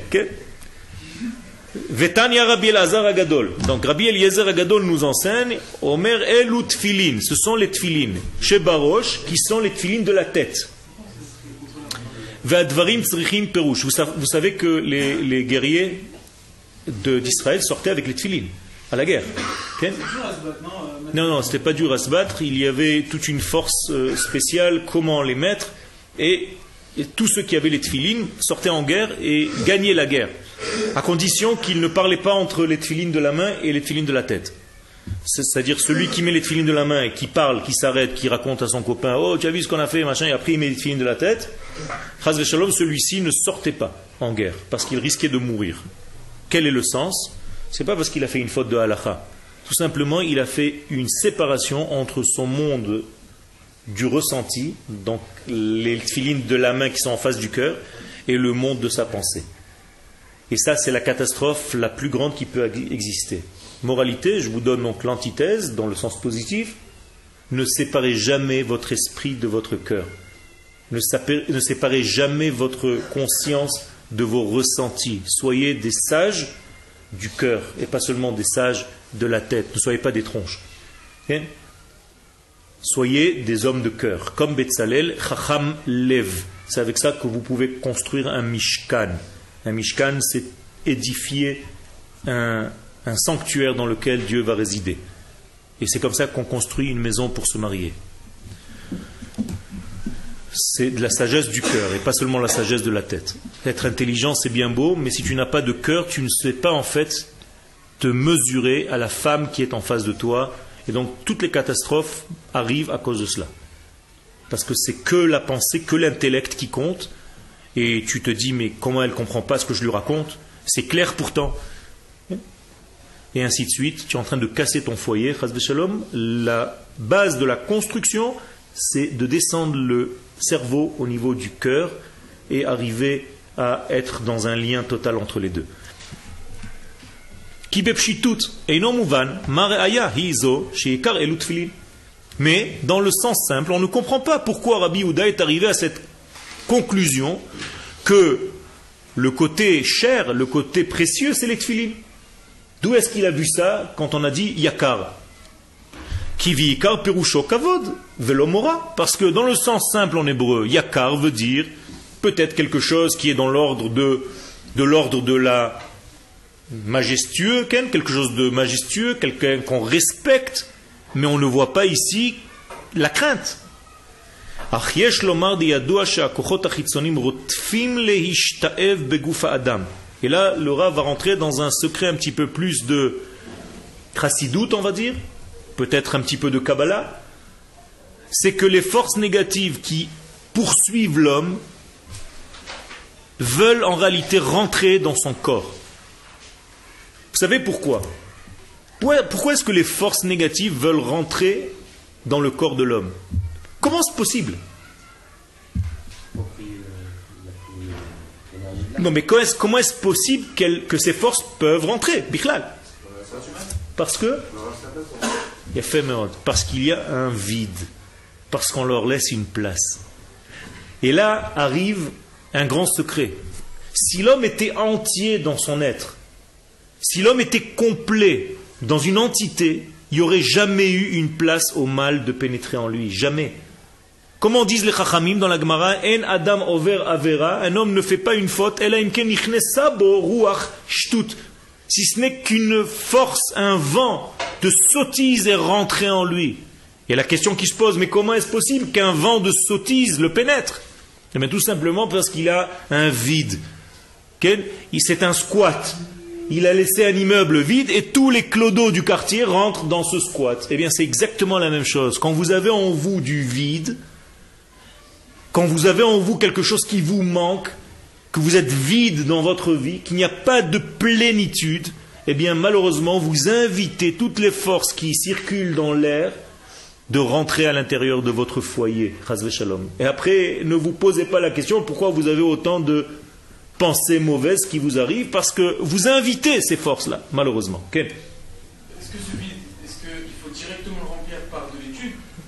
Vetania Rabbi Elazar Agadol. Donc Rabbi Eliezer Agadol nous enseigne Omer Elu Tfilin. Ce sont les Tfilin. Chez Barosh, qui sont les Tfilin de la tête. Ve'advarim tzrichim perush. Vous savez que les, les guerriers de, d'Israël sortaient avec les Tfilin à la guerre. Okay? Non, non, c'était pas dur à se battre. Il y avait toute une force euh, spéciale, comment les mettre. Et, et tous ceux qui avaient les Tfilin sortaient en guerre et gagnaient la guerre. À condition qu'ils ne parlaient pas entre les tefilines de la main et les tefilines de la tête. C'est-à-dire celui qui met les tefilines de la main et qui parle, qui s'arrête, qui raconte à son copain « Oh, tu as vu ce qu'on a fait, machin » et après il met les tefilines de la tête, Chaz v'Shalom, celui-ci ne sortait pas en guerre parce qu'il risquait de mourir. Quel est le sens? C'est pas parce qu'il a fait une faute de halakha. Tout simplement, il a fait une séparation entre son monde du ressenti, donc les tefilines de la main qui sont en face du cœur, et le monde de sa pensée. Et ça, c'est la catastrophe la plus grande qui peut exister. Moralité, je vous donne donc l'antithèse, dans le sens positif. Ne séparez jamais votre esprit de votre cœur. Ne séparez jamais votre conscience de vos ressentis. Soyez des sages du cœur, et pas seulement des sages de la tête. Ne soyez pas des tronches. Okay? Soyez des hommes de cœur. Comme Betzalel, Chacham Lev. C'est avec ça que vous pouvez construire un Mishkan. Un Mishkan, c'est édifier un, un sanctuaire dans lequel Dieu va résider. Et c'est comme ça qu'on construit une maison pour se marier. C'est de la sagesse du cœur et pas seulement la sagesse de la tête. Être intelligent, c'est bien beau, mais si tu n'as pas de cœur, tu ne sais pas en fait te mesurer à la femme qui est en face de toi. Et donc toutes les catastrophes arrivent à cause de cela. Parce que c'est que la pensée, que l'intellect qui compte. Et tu te dis, mais comment elle ne comprend pas ce que je lui raconte? C'est clair pourtant. Et ainsi de suite, tu es en train de casser ton foyer. Chas v'shalom. La base de la construction, c'est de descendre le cerveau au niveau du cœur et arriver à être dans un lien total entre les deux. Mais dans le sens simple, on ne comprend pas pourquoi Rabbi Yehuda est arrivé à cette conclusion que le côté cher, le côté précieux, c'est les tefilin. D'où est-ce qu'il a vu ça quand on a dit yakar? Kivi yakar perusho kavod velomora. Parce que dans le sens simple en hébreu, yakar veut dire peut-être quelque chose qui est dans l'ordre de, de l'ordre de la majestueux, quelque chose de majestueux, quelqu'un qu'on respecte, mais on ne voit pas ici la crainte. Et là, le Rav va rentrer dans un secret un petit peu plus de chassidoute, on va dire, peut-être un petit peu de Kabbalah. C'est que les forces négatives qui poursuivent l'homme veulent en réalité rentrer dans son corps. Vous savez pourquoi? Pourquoi est-ce que les forces négatives veulent rentrer dans le corps de l'homme? Comment c'est possible? Non, mais comment est-ce, comment est-ce possible que ces forces peuvent rentrer? Bichlal. Parce que il y a fait parce qu'il y a un vide, parce qu'on leur laisse une place. Et là arrive un grand secret. Si l'homme était entier dans son être, si l'homme était complet dans une entité, il n'y aurait jamais eu une place au mal de pénétrer en lui. Jamais. Comment disent les Chachamim dans la Gemara, En Adam over Avera, un homme ne fait pas une faute, si ce n'est qu'une force, un vent de sottise est rentré en lui. Il y a la question qui se pose, mais comment est-ce possible qu'un vent de sottise le pénètre? Eh bien, tout simplement parce qu'il a un vide. C'est un squat. Il a laissé un immeuble vide et tous les clodos du quartier rentrent dans ce squat. Eh bien, c'est exactement la même chose. Quand vous avez en vous du vide, quand vous avez en vous quelque chose qui vous manque, que vous êtes vide dans votre vie, qu'il n'y a pas de plénitude, eh bien, malheureusement, vous invitez toutes les forces qui circulent dans l'air de rentrer à l'intérieur de votre foyer. Chas v'shalom. Et après, ne vous posez pas la question pourquoi vous avez autant de pensées mauvaises qui vous arrivent, parce que vous invitez ces forces-là, malheureusement. Okay. Est-ce que ce vide, est-ce qu'il faut directement le remplir par de l'étude,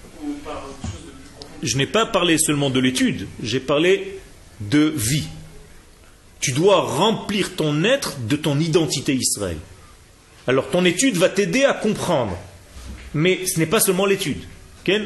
je n'ai pas parlé seulement de l'étude, j'ai parlé de vie. Tu dois remplir ton être de ton identité Israël. Alors ton étude va t'aider à comprendre. Mais ce n'est pas seulement l'étude. Okay?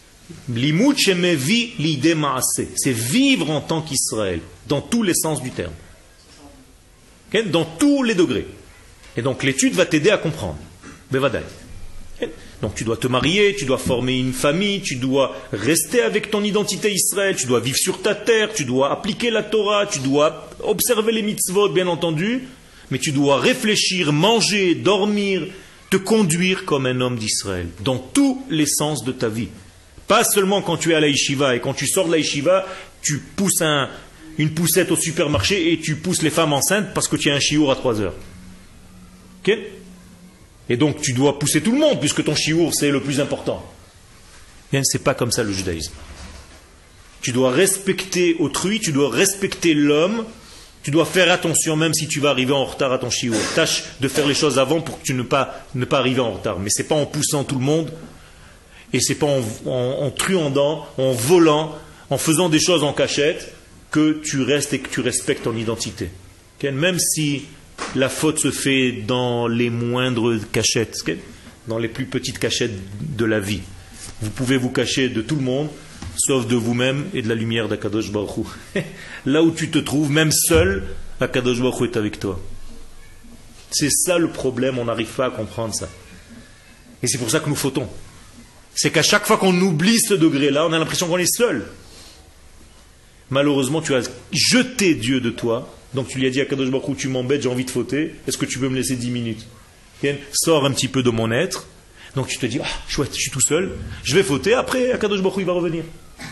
C'est vivre en tant qu'Israël, dans tous les sens du terme. Okay? Dans tous les degrés. Et donc l'étude va t'aider à comprendre. Bevadai. Okay? Donc tu dois te marier, tu dois former une famille, tu dois rester avec ton identité Israël, tu dois vivre sur ta terre, tu dois appliquer la Torah, tu dois observer les mitzvot, bien entendu, mais tu dois réfléchir, manger, dormir, te conduire comme un homme d'Israël, dans tous les sens de ta vie. Pas seulement quand tu es à la yeshiva, et quand tu sors de la yeshiva, tu pousses un, une poussette au supermarché et tu pousses les femmes enceintes parce que tu as un chiour à trois heures. Ok? Et donc tu dois pousser tout le monde, puisque ton chiour c'est le plus important. Bien, c'est pas comme ça le judaïsme. Tu dois respecter autrui, tu dois respecter l'homme, tu dois faire attention même si tu vas arriver en retard à ton chiour. Tâche de faire les choses avant pour que tu ne pas, ne pas arriver en retard. Mais c'est pas en poussant tout le monde, et c'est pas en, en, en truandant, en volant, en faisant des choses en cachette, que tu restes et que tu respectes ton identité. Okay? Même si la faute se fait dans les moindres cachettes, okay? Dans les plus petites cachettes de la vie. Vous pouvez vous cacher de tout le monde, sauf de vous-même et de la lumière d'Akadosh Baruch Hu. Là où tu te trouves, même seul, Akadosh Baruch Hu est avec toi. C'est ça le problème, on n'arrive pas à comprendre ça. Et c'est pour ça que nous fautons. C'est qu'à chaque fois qu'on oublie ce degré-là, on a l'impression qu'on est seul. Malheureusement, tu as jeté Dieu de toi, donc tu lui as dit à Akadosh Baruch Hu, tu m'embêtes, j'ai envie de fauter, est-ce que tu peux me laisser dix minutes? Sors un petit peu de mon être. Donc tu te dis, ah, chouette, je suis tout seul, je vais fauter, après Akadosh Baruch Hu il va revenir.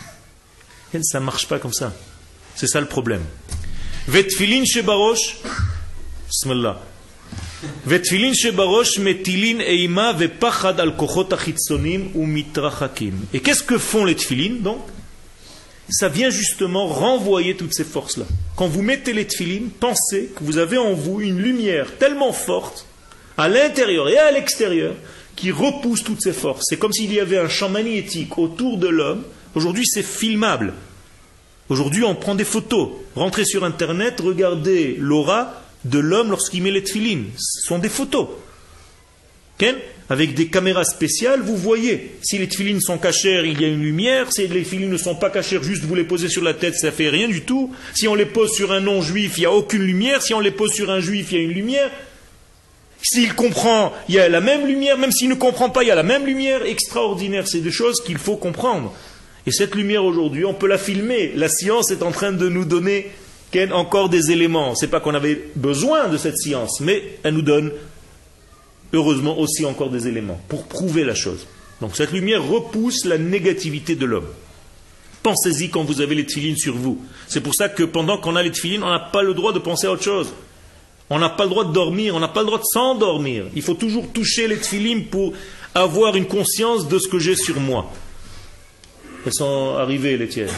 Et ça ne marche pas comme ça. C'est ça le problème. Vetfilin shebarosh, Bismillah. Vetfilin shebarosh metilin eima vepachad al kochot achitzonim u mitrachakim. Et qu'est-ce que font les tfilin donc? Ça vient justement renvoyer toutes ces forces-là. Quand vous mettez les tfilin, pensez que vous avez en vous une lumière tellement forte, à l'intérieur et à l'extérieur, qui repousse toutes ces forces. C'est comme s'il y avait un champ magnétique autour de l'homme. Aujourd'hui, c'est filmable. Aujourd'hui, on prend des photos. Rentrez sur Internet, regardez l'aura de l'homme lorsqu'il met les tefilines. Ce sont des photos. Okay? Avec des caméras spéciales, vous voyez. Si les tefilines sont cachères, il y a une lumière. Si les tefilines ne sont pas cachères, juste vous les posez sur la tête, ça ne fait rien du tout. Si on les pose sur un non-juif, il n'y a aucune lumière. Si on les pose sur un juif, il y a une lumière. S'il comprend, il y a la même lumière, même s'il ne comprend pas, il y a la même lumière. Extraordinaire, c'est des choses qu'il faut comprendre. Et cette lumière aujourd'hui, on peut la filmer. La science est en train de nous donner encore des éléments. Ce n'est pas qu'on avait besoin de cette science, mais elle nous donne, heureusement, aussi encore des éléments pour prouver la chose. Donc cette lumière repousse la négativité de l'homme. Pensez-y quand vous avez les tefilines sur vous. C'est pour ça que pendant qu'on a les tefilines, on n'a pas le droit de penser à autre chose. On n'a pas le droit de dormir, on n'a pas le droit de s'endormir. Il faut toujours toucher les tefilines pour avoir une conscience de ce que j'ai sur moi. Elles sont arrivées, les tiennes.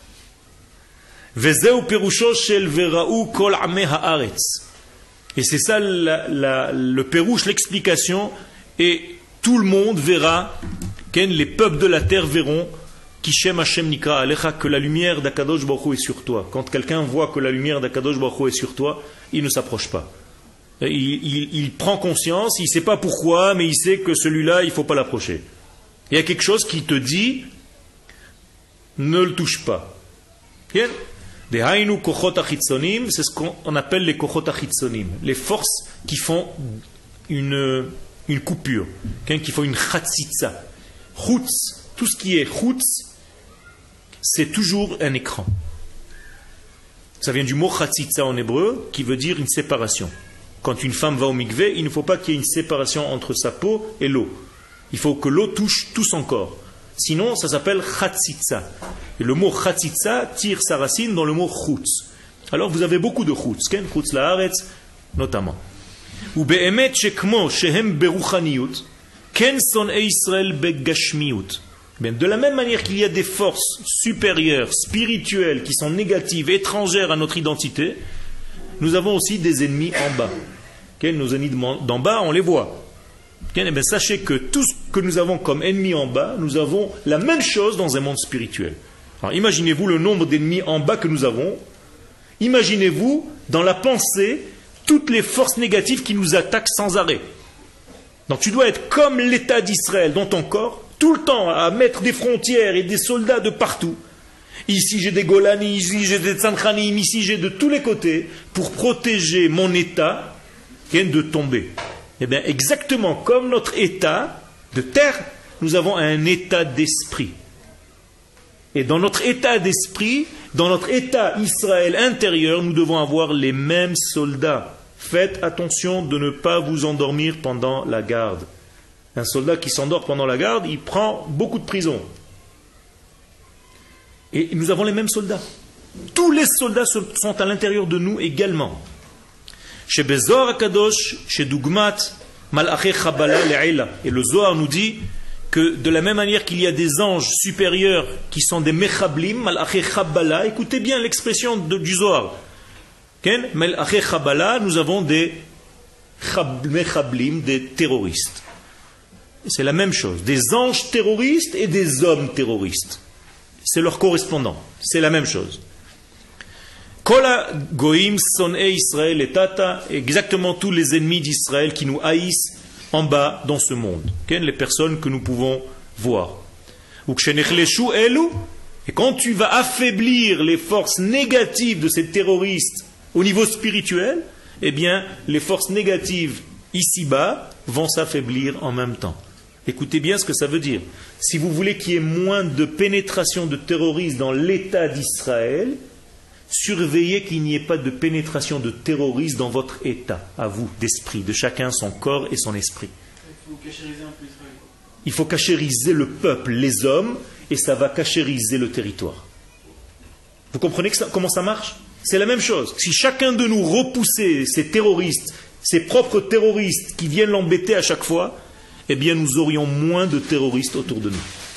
Et c'est ça la, la, le pérouche, l'explication. Et tout le monde verra, les peuples de la terre verront que la lumière d'Akadosh Baruch Hu est sur toi. Quand quelqu'un voit que la lumière d'Akadosh Baruch Hu est sur toi, il ne s'approche pas. Il, il, il prend conscience, il ne sait pas pourquoi, mais il sait que celui-là, il ne faut pas l'approcher. Il y a quelque chose qui te dit, ne le touche pas. C'est ce qu'on appelle les kochot achitzonim, les forces qui font une, une coupure, qui font une chatzitza. Chutz, tout ce qui est chutz, c'est toujours un écran. Ça vient du mot chatzitza en hébreu, qui veut dire une séparation. Quand une femme va au mikvé, il ne faut pas qu'il y ait une séparation entre sa peau et l'eau. Il faut que l'eau touche tout son corps. Sinon, ça s'appelle chatzitza. Et le mot chatzitza tire sa racine dans le mot chutz. Alors vous avez beaucoup de chutz, ken chutz laaretz notamment. Ou be'emet shekmo shehem beruchaniyut, ken son'e Israël begashmiyut. De la même manière qu'il y a des forces supérieures, spirituelles, qui sont négatives, étrangères à notre identité, nous avons aussi des ennemis en bas. Okay, nos ennemis d'en bas, on les voit. Eh bien, sachez que tout ce que nous avons comme ennemis en bas, nous avons la même chose dans un monde spirituel. Alors imaginez-vous le nombre d'ennemis en bas que nous avons. Imaginez-vous dans la pensée toutes les forces négatives qui nous attaquent sans arrêt. Donc tu dois être comme l'État d'Israël dans ton corps, tout le temps à mettre des frontières et des soldats de partout. Ici j'ai des Golani, ici j'ai des Tsanchanim, ici j'ai de tous les côtés pour protéger mon État de tomber. Eh bien exactement comme notre État de terre, nous avons un état d'esprit. Et dans notre état d'esprit, dans notre état Israël intérieur, nous devons avoir les mêmes soldats. Faites attention de ne pas vous endormir pendant la garde. Un soldat qui s'endort pendant la garde, il prend beaucoup de prison. Et nous avons les mêmes soldats. Tous les soldats sont à l'intérieur de nous également. Chez Bezor Akadosh, chez Dougmat, Malaché Chabala Le'ela. Et le Zohar nous dit que de la même manière qu'il y a des anges supérieurs qui sont des Mechablim, Malaché Chabala, écoutez bien l'expression de, du Zohar. Malaché Chabala, nous avons des Mechablim, des terroristes. C'est la même chose. Des anges terroristes et des hommes terroristes. C'est leur correspondant. C'est la même chose. Kola Goïm Son'e Israël et Tata, exactement tous les ennemis d'Israël qui nous haïssent en bas dans ce monde. Les personnes que nous pouvons voir. Et quand tu vas affaiblir les forces négatives de ces terroristes au niveau spirituel, eh bien, les forces négatives ici-bas vont s'affaiblir en même temps. Écoutez bien ce que ça veut dire. Si vous voulez qu'il y ait moins de pénétration de terroristes dans l'État d'Israël, surveillez qu'il n'y ait pas de pénétration de terroristes dans votre état, à vous, d'esprit, de chacun son corps et son esprit. Il faut cachériser un peu Israël. Il faut cachériser le peuple, les hommes, et ça va cachériser le territoire. Vous comprenez que ça, comment ça marche? C'est la même chose. Si chacun de nous repoussait ces terroristes, ces propres terroristes qui viennent l'embêter à chaque fois, eh bien nous aurions moins de terroristes autour de nous.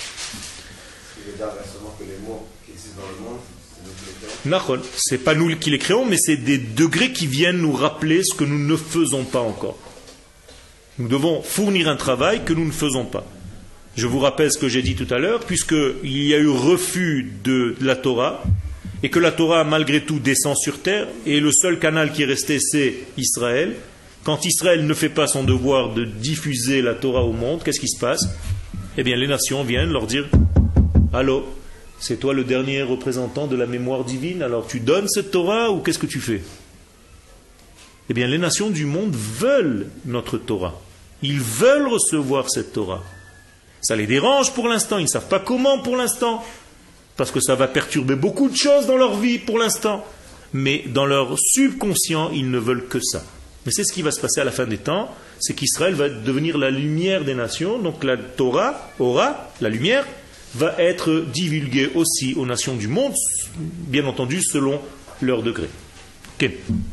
C'est pas nous qui les créons, mais c'est des degrés qui viennent nous rappeler ce que nous ne faisons pas encore. Nous devons fournir un travail que nous ne faisons pas. Je vous rappelle ce que j'ai dit tout à l'heure, puisqu'il y a eu refus de la Torah, et que la Torah malgré tout descend sur terre, et le seul canal qui est resté c'est Israël. Quand Israël ne fait pas son devoir de diffuser la Torah au monde, qu'est-ce qui se passe? Eh bien les nations viennent leur dire « Allô, c'est toi le dernier représentant de la mémoire divine, alors tu donnes cette Torah ou qu'est-ce que tu fais ?» Eh bien les nations du monde veulent notre Torah. Ils veulent recevoir cette Torah. Ça les dérange pour l'instant, ils ne savent pas comment pour l'instant, parce que ça va perturber beaucoup de choses dans leur vie pour l'instant. Mais dans leur subconscient, ils ne veulent que ça. Mais c'est ce qui va se passer à la fin des temps, c'est qu'Israël va devenir la lumière des nations, donc la Torah, Ora, la lumière, va être divulguée aussi aux nations du monde, bien entendu selon leur degré. Ok.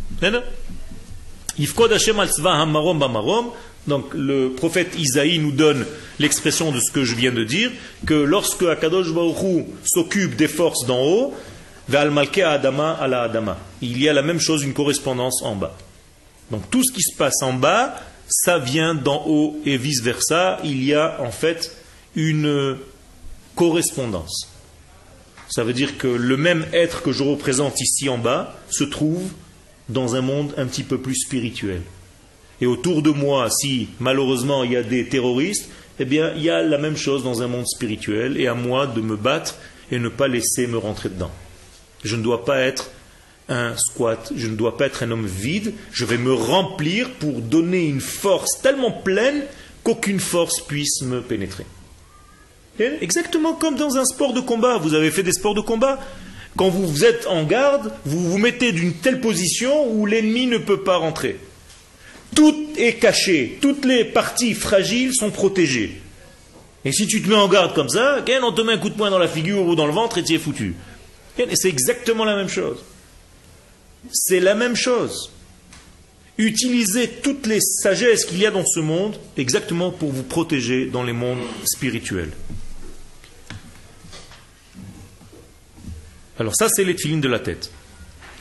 Donc le prophète Isaïe nous donne l'expression de ce que je viens de dire, que lorsque Akadosh Baruch Hu s'occupe des forces d'en haut, il y a la même chose, une correspondance en bas. Donc tout ce qui se passe en bas, ça vient d'en haut et vice-versa. Il y a en fait une correspondance. Ça veut dire que le même être que je représente ici en bas se trouve dans un monde un petit peu plus spirituel. Et autour de moi, si malheureusement il y a des terroristes, eh bien il y a la même chose dans un monde spirituel, et à moi de me battre et ne pas laisser me rentrer dedans. Je ne dois pas être un squat, je ne dois pas être un homme vide, je vais me remplir pour donner une force tellement pleine qu'aucune force puisse me pénétrer. Exactement comme dans un sport de combat. Vous avez fait des sports de combat. Quand vous êtes en garde, vous vous mettez d'une telle position où l'ennemi ne peut pas rentrer. Tout est caché, toutes les parties fragiles sont protégées. Et si tu te mets en garde comme ça, on te met un coup de poing dans la figure ou dans le ventre et tu es foutu. Et c'est exactement la même chose. C'est la même chose. Utilisez toutes les sagesses qu'il y a dans ce monde exactement pour vous protéger dans les mondes spirituels. Alors ça, c'est les tefilines de la tête.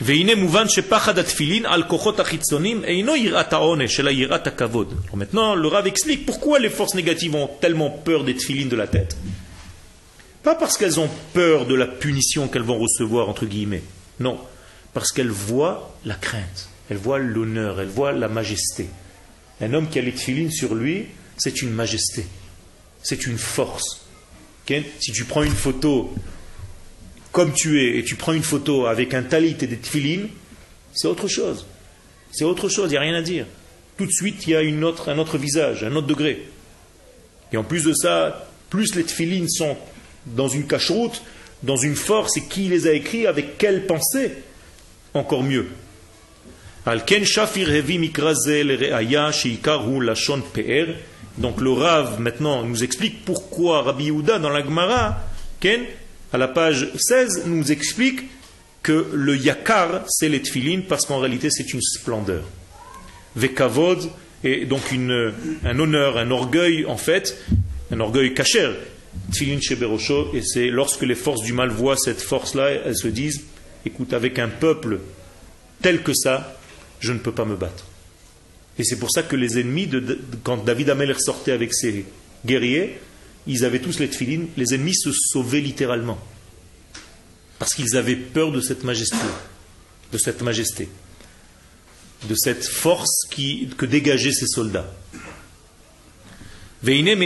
Maintenant, le Rav explique pourquoi les forces négatives ont tellement peur des tefilines de la tête. Pas parce qu'elles ont peur de la punition qu'elles vont recevoir, entre guillemets. Non, parce qu'elles voient la crainte, elles voient l'honneur, elles voient la majesté. Un homme qui a les tefilines sur lui, c'est une majesté, c'est une force. Okay? Si tu prends une photo comme tu es et tu prends une photo avec un talit et des tefilines, c'est autre chose. C'est autre chose, il n'y a rien à dire. Tout de suite, il y a une autre, un autre visage, un autre degré. Et en plus de ça, plus les tefilines sont dans une cache-route, dans une force, et qui les a écrits, avec quelle pensée, encore mieux. Donc le Rav maintenant nous explique pourquoi Rabbi Yehuda dans la Gemara, à la page seize, nous explique que le yakar c'est les tefilines parce qu'en réalité c'est une splendeur. Vekavod est donc une, un honneur, un orgueil en fait, un orgueil kasher. Tefilin sheberosho, et c'est lorsque les forces du mal voient cette force-là, elles se disent, écoute, avec un peuple tel que ça, je ne peux pas me battre. Et c'est pour ça que les ennemis, de, de, quand David Amelech sortait avec ses guerriers, ils avaient tous les tefilines, les ennemis se sauvaient littéralement. Parce qu'ils avaient peur de cette majesté, de cette majesté, de cette force qui, que dégageaient ces soldats. Et là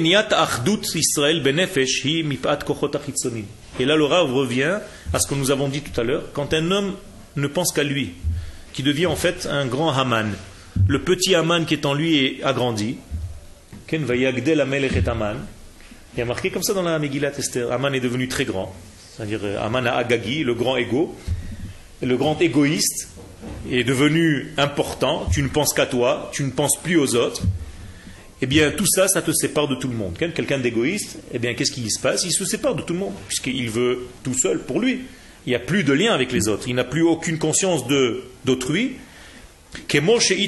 le Rav revient à ce que nous avons dit tout à l'heure, quand un homme ne pense qu'à lui, qui devient en fait un grand Haman, le petit Haman qui est en lui est agrandi. Il y a marqué comme ça dans la Megillat Esther, Haman est devenu très grand, c'est-à-dire Haman a Agagi, le grand égo, le grand égoïste est devenu important, tu ne penses qu'à toi, tu ne penses plus aux autres. Eh bien, tout ça, ça te sépare de tout le monde. Quelqu'un d'égoïste, eh bien, qu'est-ce qui se passe? Il se sépare de tout le monde, puisqu'il veut tout seul pour lui. Il n'y a plus de lien avec les autres. Il n'a plus aucune conscience de, d'autrui. Et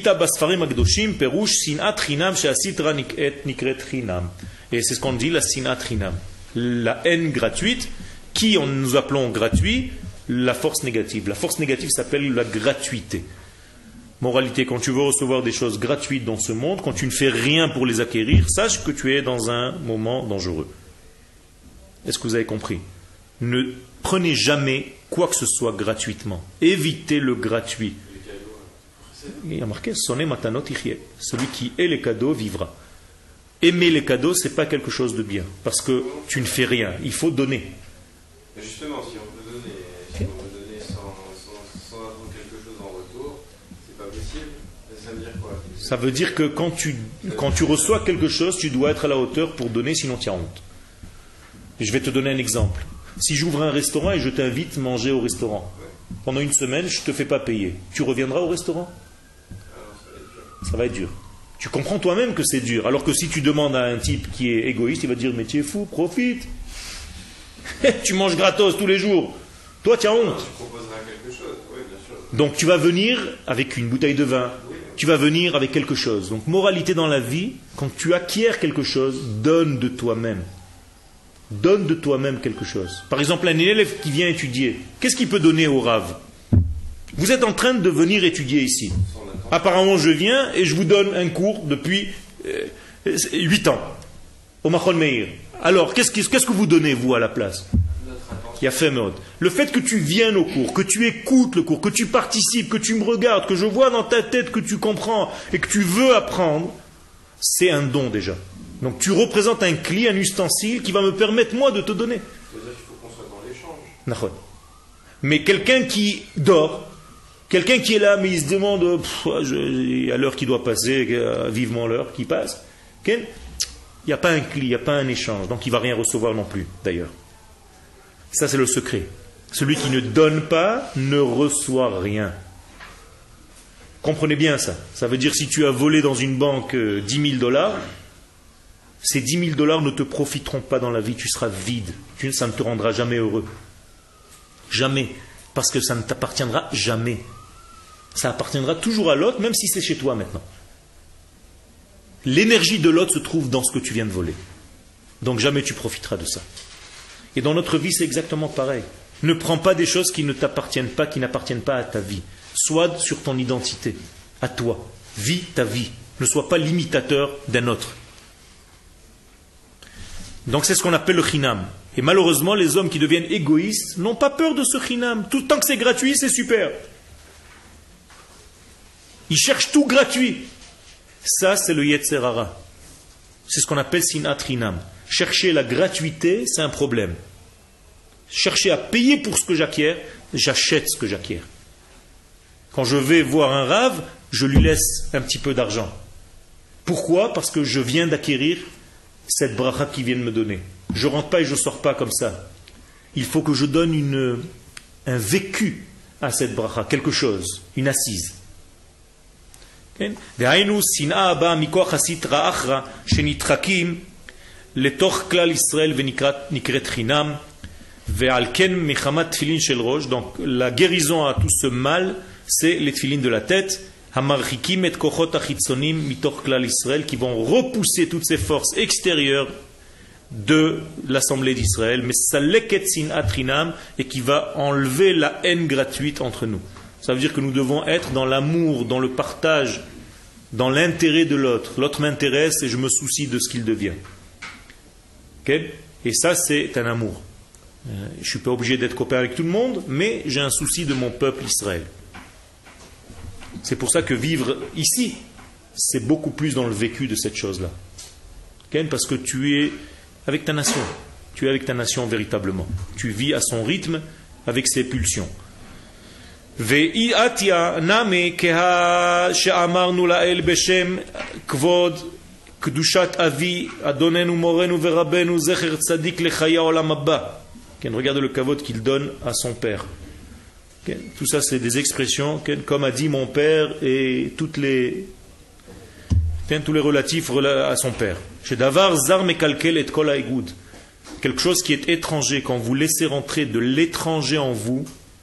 c'est ce qu'on dit, la sinat chinam. La haine gratuite, qui nous appelons gratuit, la force négative. La force négative s'appelle la gratuité. Moralité, quand tu veux recevoir des choses gratuites dans ce monde, quand tu ne fais rien pour les acquérir, sache que tu es dans un moment dangereux. Est-ce que vous avez compris? Ne prenez jamais quoi que ce soit gratuitement. Évitez le gratuit. Il y a marqué, sonne matanot ichye. Celui qui est les cadeaux vivra. Aimer les cadeaux, ce n'est pas quelque chose de bien, parce que tu ne fais rien. Il faut donner. Justement, si on peut donner, si on peut donner sans, sans, sans avoir quelque chose en retour, c'est pas possible. Ça veut dire quoi? Ça veut dire que quand tu, quand tu reçois quelque chose, tu dois être à la hauteur pour donner, sinon tu as honte. Je vais te donner un exemple. Si j'ouvre un restaurant et je t'invite à manger au restaurant, pendant une semaine, je ne te fais pas payer, tu reviendras au restaurant? Ça va être dur. Tu comprends toi-même que c'est dur. Alors que si tu demandes à un type qui est égoïste, il va te dire, mais tu es fou, profite. Tu manges gratos tous les jours. Toi, tu as honte. Tu proposeras quelque chose. Oui, bien sûr. Donc tu vas venir avec une bouteille de vin. Tu vas venir avec quelque chose. Donc moralité dans la vie, quand tu acquiers quelque chose, donne de toi-même. Donne de toi-même quelque chose. Par exemple, un élève qui vient étudier, qu'est-ce qu'il peut donner au Rav? Vous êtes en train de venir étudier ici. Apparemment, je viens et je vous donne un cours depuis euh, huit ans au Machon Meir. Alors, qu'est-ce, qu'est-ce que vous donnez, vous, à la place? Il y a fait mode. Le fait que tu viennes au cours, que tu écoutes le cours, que tu participes, que tu me regardes, que je vois dans ta tête que tu comprends et que tu veux apprendre, c'est un don déjà. Donc tu représentes un cli, un ustensile qui va me permettre, moi, de te donner. C'est-à-dire qu'il faut qu'on soit dans l'échange. Mais quelqu'un qui dort, quelqu'un qui est là, mais il se demande, pff, je, à l'heure qui doit passer, vivement l'heure qui passe, il n'y a pas un cli, il n'y a pas un échange, donc il ne va rien recevoir non plus, d'ailleurs. Ça, c'est le secret. Celui qui ne donne pas ne reçoit rien. Comprenez bien ça. Ça veut dire si tu as volé dans une banque euh, dix mille dollars, ces dix mille dollars ne te profiteront pas dans la vie, tu seras vide. Tu, ça ne te rendra jamais heureux. Jamais. Parce que ça ne t'appartiendra jamais. Ça appartiendra toujours à l'autre, même si c'est chez toi maintenant. L'énergie de l'autre se trouve dans ce que tu viens de voler. Donc jamais tu profiteras de ça. Et dans notre vie, c'est exactement pareil. Ne prends pas des choses qui ne t'appartiennent pas, qui n'appartiennent pas à ta vie. Sois sur ton identité, à toi. Vis ta vie. Ne sois pas l'imitateur d'un autre. Donc c'est ce qu'on appelle le chinam. Et malheureusement, les hommes qui deviennent égoïstes n'ont pas peur de ce chinam. Tout le temps que c'est gratuit, c'est super. Ils cherchent tout gratuit. Ça, c'est le yetzer hara. C'est ce qu'on appelle sinat chinam. Chercher la gratuité, c'est un problème. Chercher à payer pour ce que j'acquiers, j'achète ce que j'acquiers. Quand je vais voir un rave, je lui laisse un petit peu d'argent. Pourquoi? Parce que je viens d'acquérir cette bracha qu'il vient de me donner. Je ne rentre pas et je ne sors pas comme ça. Il faut que je donne une, un vécu à cette bracha, quelque chose, une assise. דהיינו, שנאה הבאה מכוח הסטרא אחרא שנדחקים לתוך כלל ישראל ונקראת חינם, ועל כן מחמת תפילין של ראש. Donc la guérison à tout ce mal, c'est les tefilines de la tête, המרחיקים את כוחות החיצונים מתוך כלל ישראל, qui vont repousser toutes ces forces extérieures de l'assemblée d'Israël, mais saleket sinat chinam, et qui va enlever la haine gratuite entre nous. Ça veut dire que nous devons être dans l'amour, dans le partage, dans l'intérêt de l'autre. L'autre m'intéresse et je me soucie de ce qu'il devient. Okay? Et ça, c'est un amour. Euh, je ne suis pas obligé d'être copain avec tout le monde, mais j'ai un souci de mon peuple Israël. C'est pour ça que vivre ici, c'est beaucoup plus dans le vécu de cette chose-là. Okay? Parce que tu es avec ta nation. Tu es avec ta nation véritablement. Tu vis à son rythme, avec ses pulsions. ואי עתיה נמי כהה שאמרנו לאל בשם כבוד קדושת אבי אדוננו מורנו ורבנו זכר צדיק לחיי העולם הבא. כן, regarde le kavod qu'il donne à son père. כן, tout ça c'est des expressions, כן, comme a dit mon père et toutes les, כן, tous les relatifs à son père. שדבר זר מקלקל את כל האיגוד. Quelque chose qui est étranger, quand vous laissez rentrer de l'étranger en vous,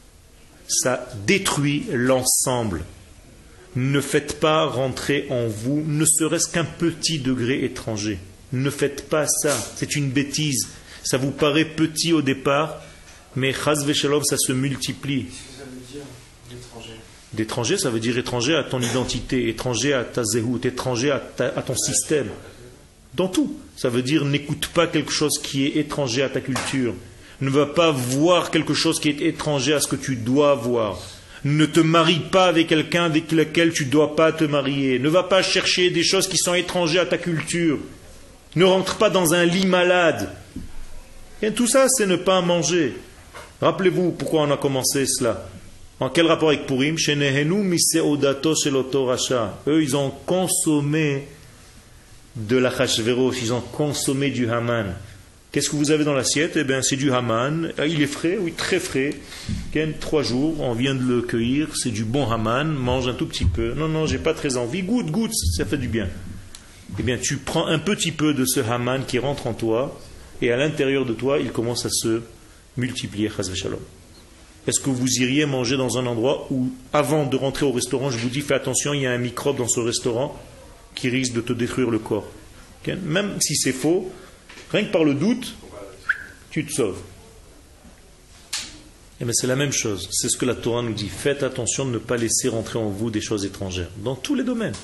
ça détruit l'ensemble. Ne faites pas rentrer en vous ne serait-ce qu'un petit degré étranger. Ne faites pas ça. C'est une bêtise. Ça vous paraît petit au départ, mais chas v'shalom, ça se multiplie. Qu'est-ce que ça veut dire, d'étranger? D'étranger, ça veut dire étranger à ton identité, étranger à ta zéhout, étranger à, ta, à ton système. Dans tout. Ça veut dire n'écoute pas quelque chose qui est étranger à ta culture. Ne va pas voir quelque chose qui est étranger à ce que tu dois voir. Ne te marie pas avec quelqu'un avec lequel tu ne dois pas te marier. Ne va pas chercher des choses qui sont étrangères à ta culture. Ne rentre pas dans un lit malade. Et tout ça, c'est ne pas manger. Rappelez-vous pourquoi on a commencé cela. En quel rapport avec Purim? Eux, ils ont consommé de la Chashverosh, ils ont consommé du Haman. Qu'est-ce que vous avez dans l'assiette? Eh bien, c'est du Haman. Il est frais, oui, très frais. Trois jours, on vient de le cueillir. C'est du bon Haman. Mange un tout petit peu. Non, non, j'ai pas très envie. Goûte, goûte, ça fait du bien. Eh bien, tu prends un petit peu de ce Haman qui rentre en toi, et à l'intérieur de toi, il commence à se multiplier. Chas v'shalom. Est-ce que vous iriez manger dans un endroit où, avant de rentrer au restaurant, je vous dis, fais attention, il y a un microbe dans ce restaurant qui risque de te détruire le corps. Même si c'est faux, rien que par le doute, tu te sauves. Et bien c'est la même chose. C'est ce que la Torah nous dit. Faites attention de ne pas laisser rentrer en vous des choses étrangères. Dans tous les domaines.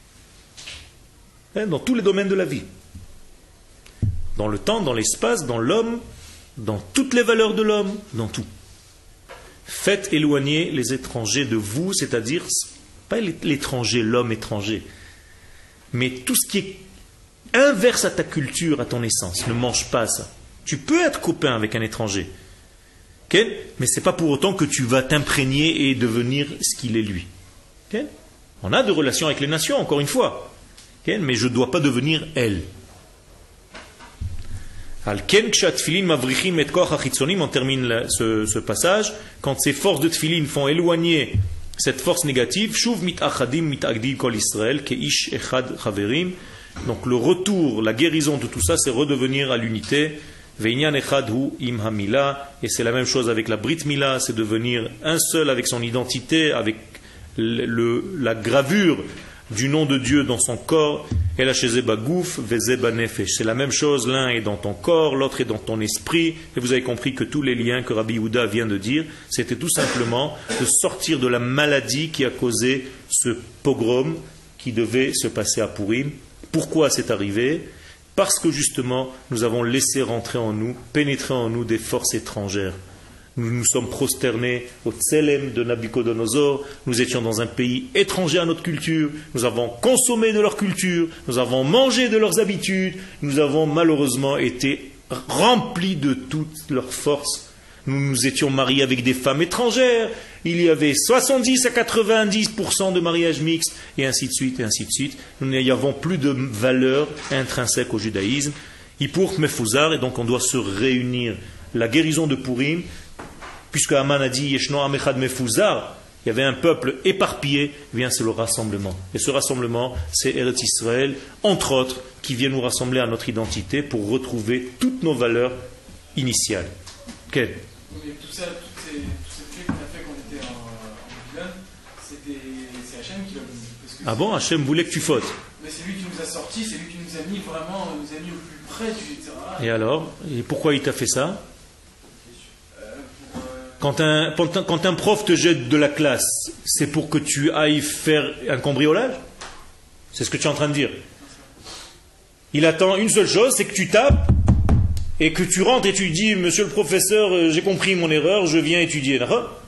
Dans tous les domaines de la vie. Dans le temps, dans l'espace, dans l'homme, dans toutes les valeurs de l'homme, dans tout. Faites éloigner les étrangers de vous, c'est-à-dire, pas l'étranger, l'homme étranger, mais tout ce qui est inverse à ta culture, à ton essence. Ne mange pas ça. Tu peux être copain avec un étranger, okay? Mais ce n'est pas pour autant que tu vas t'imprégner et devenir ce qu'il est lui. Okay? On a des relations avec les nations, encore une fois, okay? Mais je ne dois pas devenir elle. On termine ce, ce passage. Quand ces forces de tefillin font éloigner cette force négative, donc le retour, la guérison de tout ça, c'est redevenir à l'unité. Et c'est la même chose avec la Brit Mila, c'est devenir un seul avec son identité, avec le, la gravure du nom de Dieu dans son corps. Et la shezeba gouf, vezeba nefesh. C'est la même chose, l'un est dans ton corps, l'autre est dans ton esprit. Et vous avez compris que tous les liens que Rabbi Yehuda vient de dire, c'était tout simplement de sortir de la maladie qui a causé ce pogrom qui devait se passer à Purim. Pourquoi c'est arrivé? Parce que justement, nous avons laissé rentrer en nous, pénétrer en nous des forces étrangères. Nous nous sommes prosternés au Tselem de Nabucodonosor, nous étions dans un pays étranger à notre culture, nous avons consommé de leur culture, nous avons mangé de leurs habitudes, nous avons malheureusement été remplis de toutes leurs forces. Nous nous étions mariés avec des femmes étrangères, il y avait soixante-dix à quatre-vingt-dix pour cent de mariages mixtes, et ainsi de suite, et ainsi de suite. Nous n'avons plus de valeur intrinsèque au judaïsme. Hippourk Mefouzar, et donc on doit se réunir. La guérison de Purim, puisque Haman a dit Yeshno Amechad Mefouzar, il y avait un peuple éparpillé, eh bien c'est le rassemblement. Et ce rassemblement, c'est Eretz Israël, entre autres, qui vient nous rassembler à notre identité pour retrouver toutes nos valeurs initiales. Quel? Mais tout ça, tous ces, tous ces trucs qu'on a fait quand on était en, en Babylone, c'était, c'est Hachem qui l'a voulu. Parce que ah bon, Hachem voulait que tu fautes. Mais c'est lui qui nous a sortis, c'est lui qui nous a mis vraiment, nous a mis au plus près du, et cetera. Et alors? Et pourquoi il t'a fait ça? euh, pour, euh... Quand un, quand un prof te jette de la classe, c'est pour que tu ailles faire un cambriolage? C'est ce que tu es en train de dire. Il attend une seule chose, c'est que tu tapes et que tu rentres et tu dis, monsieur le professeur, j'ai compris mon erreur, je viens étudier.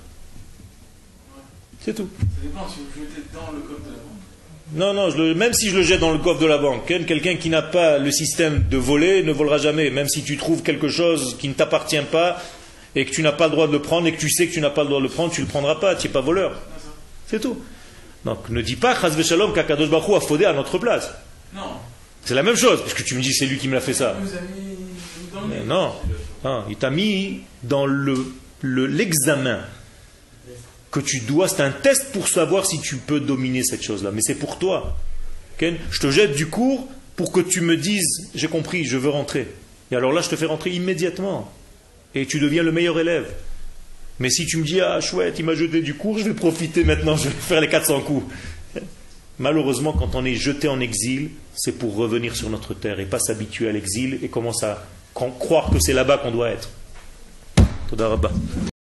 C'est tout. Ça dépend si vous le jetez dans le coffre de la banque. Non, non, je le, même si je le jette dans le coffre de la banque, quelqu'un qui n'a pas le système de voler ne volera jamais. Même si tu trouves quelque chose qui ne t'appartient pas et que tu n'as pas le droit de le prendre et que tu sais que tu n'as pas le droit de le prendre, tu ne le prendras pas, tu n'es pas voleur. C'est tout. Donc ne dis pas, Chas v'Shalom, qu'Akadosh Baruch Hu a faudé à notre place. Non. C'est la même chose, parce que tu me dis c'est lui qui me l'a fait ça. Il nous a mis dans le Mais non, non, il t'a mis dans le, le, l'examen que tu dois, c'est un test pour savoir si tu peux dominer cette chose-là. Mais c'est pour toi. Okay? Je te jette du cours pour que tu me dises, j'ai compris, je veux rentrer. Et alors là, je te fais rentrer immédiatement. Et tu deviens le meilleur élève. Mais si tu me dis, ah chouette, il m'a jeté du cours, je vais profiter maintenant, je vais faire les quatre cents coups. Malheureusement, quand on est jeté en exil, c'est pour revenir sur notre terre et pas s'habituer à l'exil et commencer à croire que c'est là-bas qu'on doit être. Toda Rabba.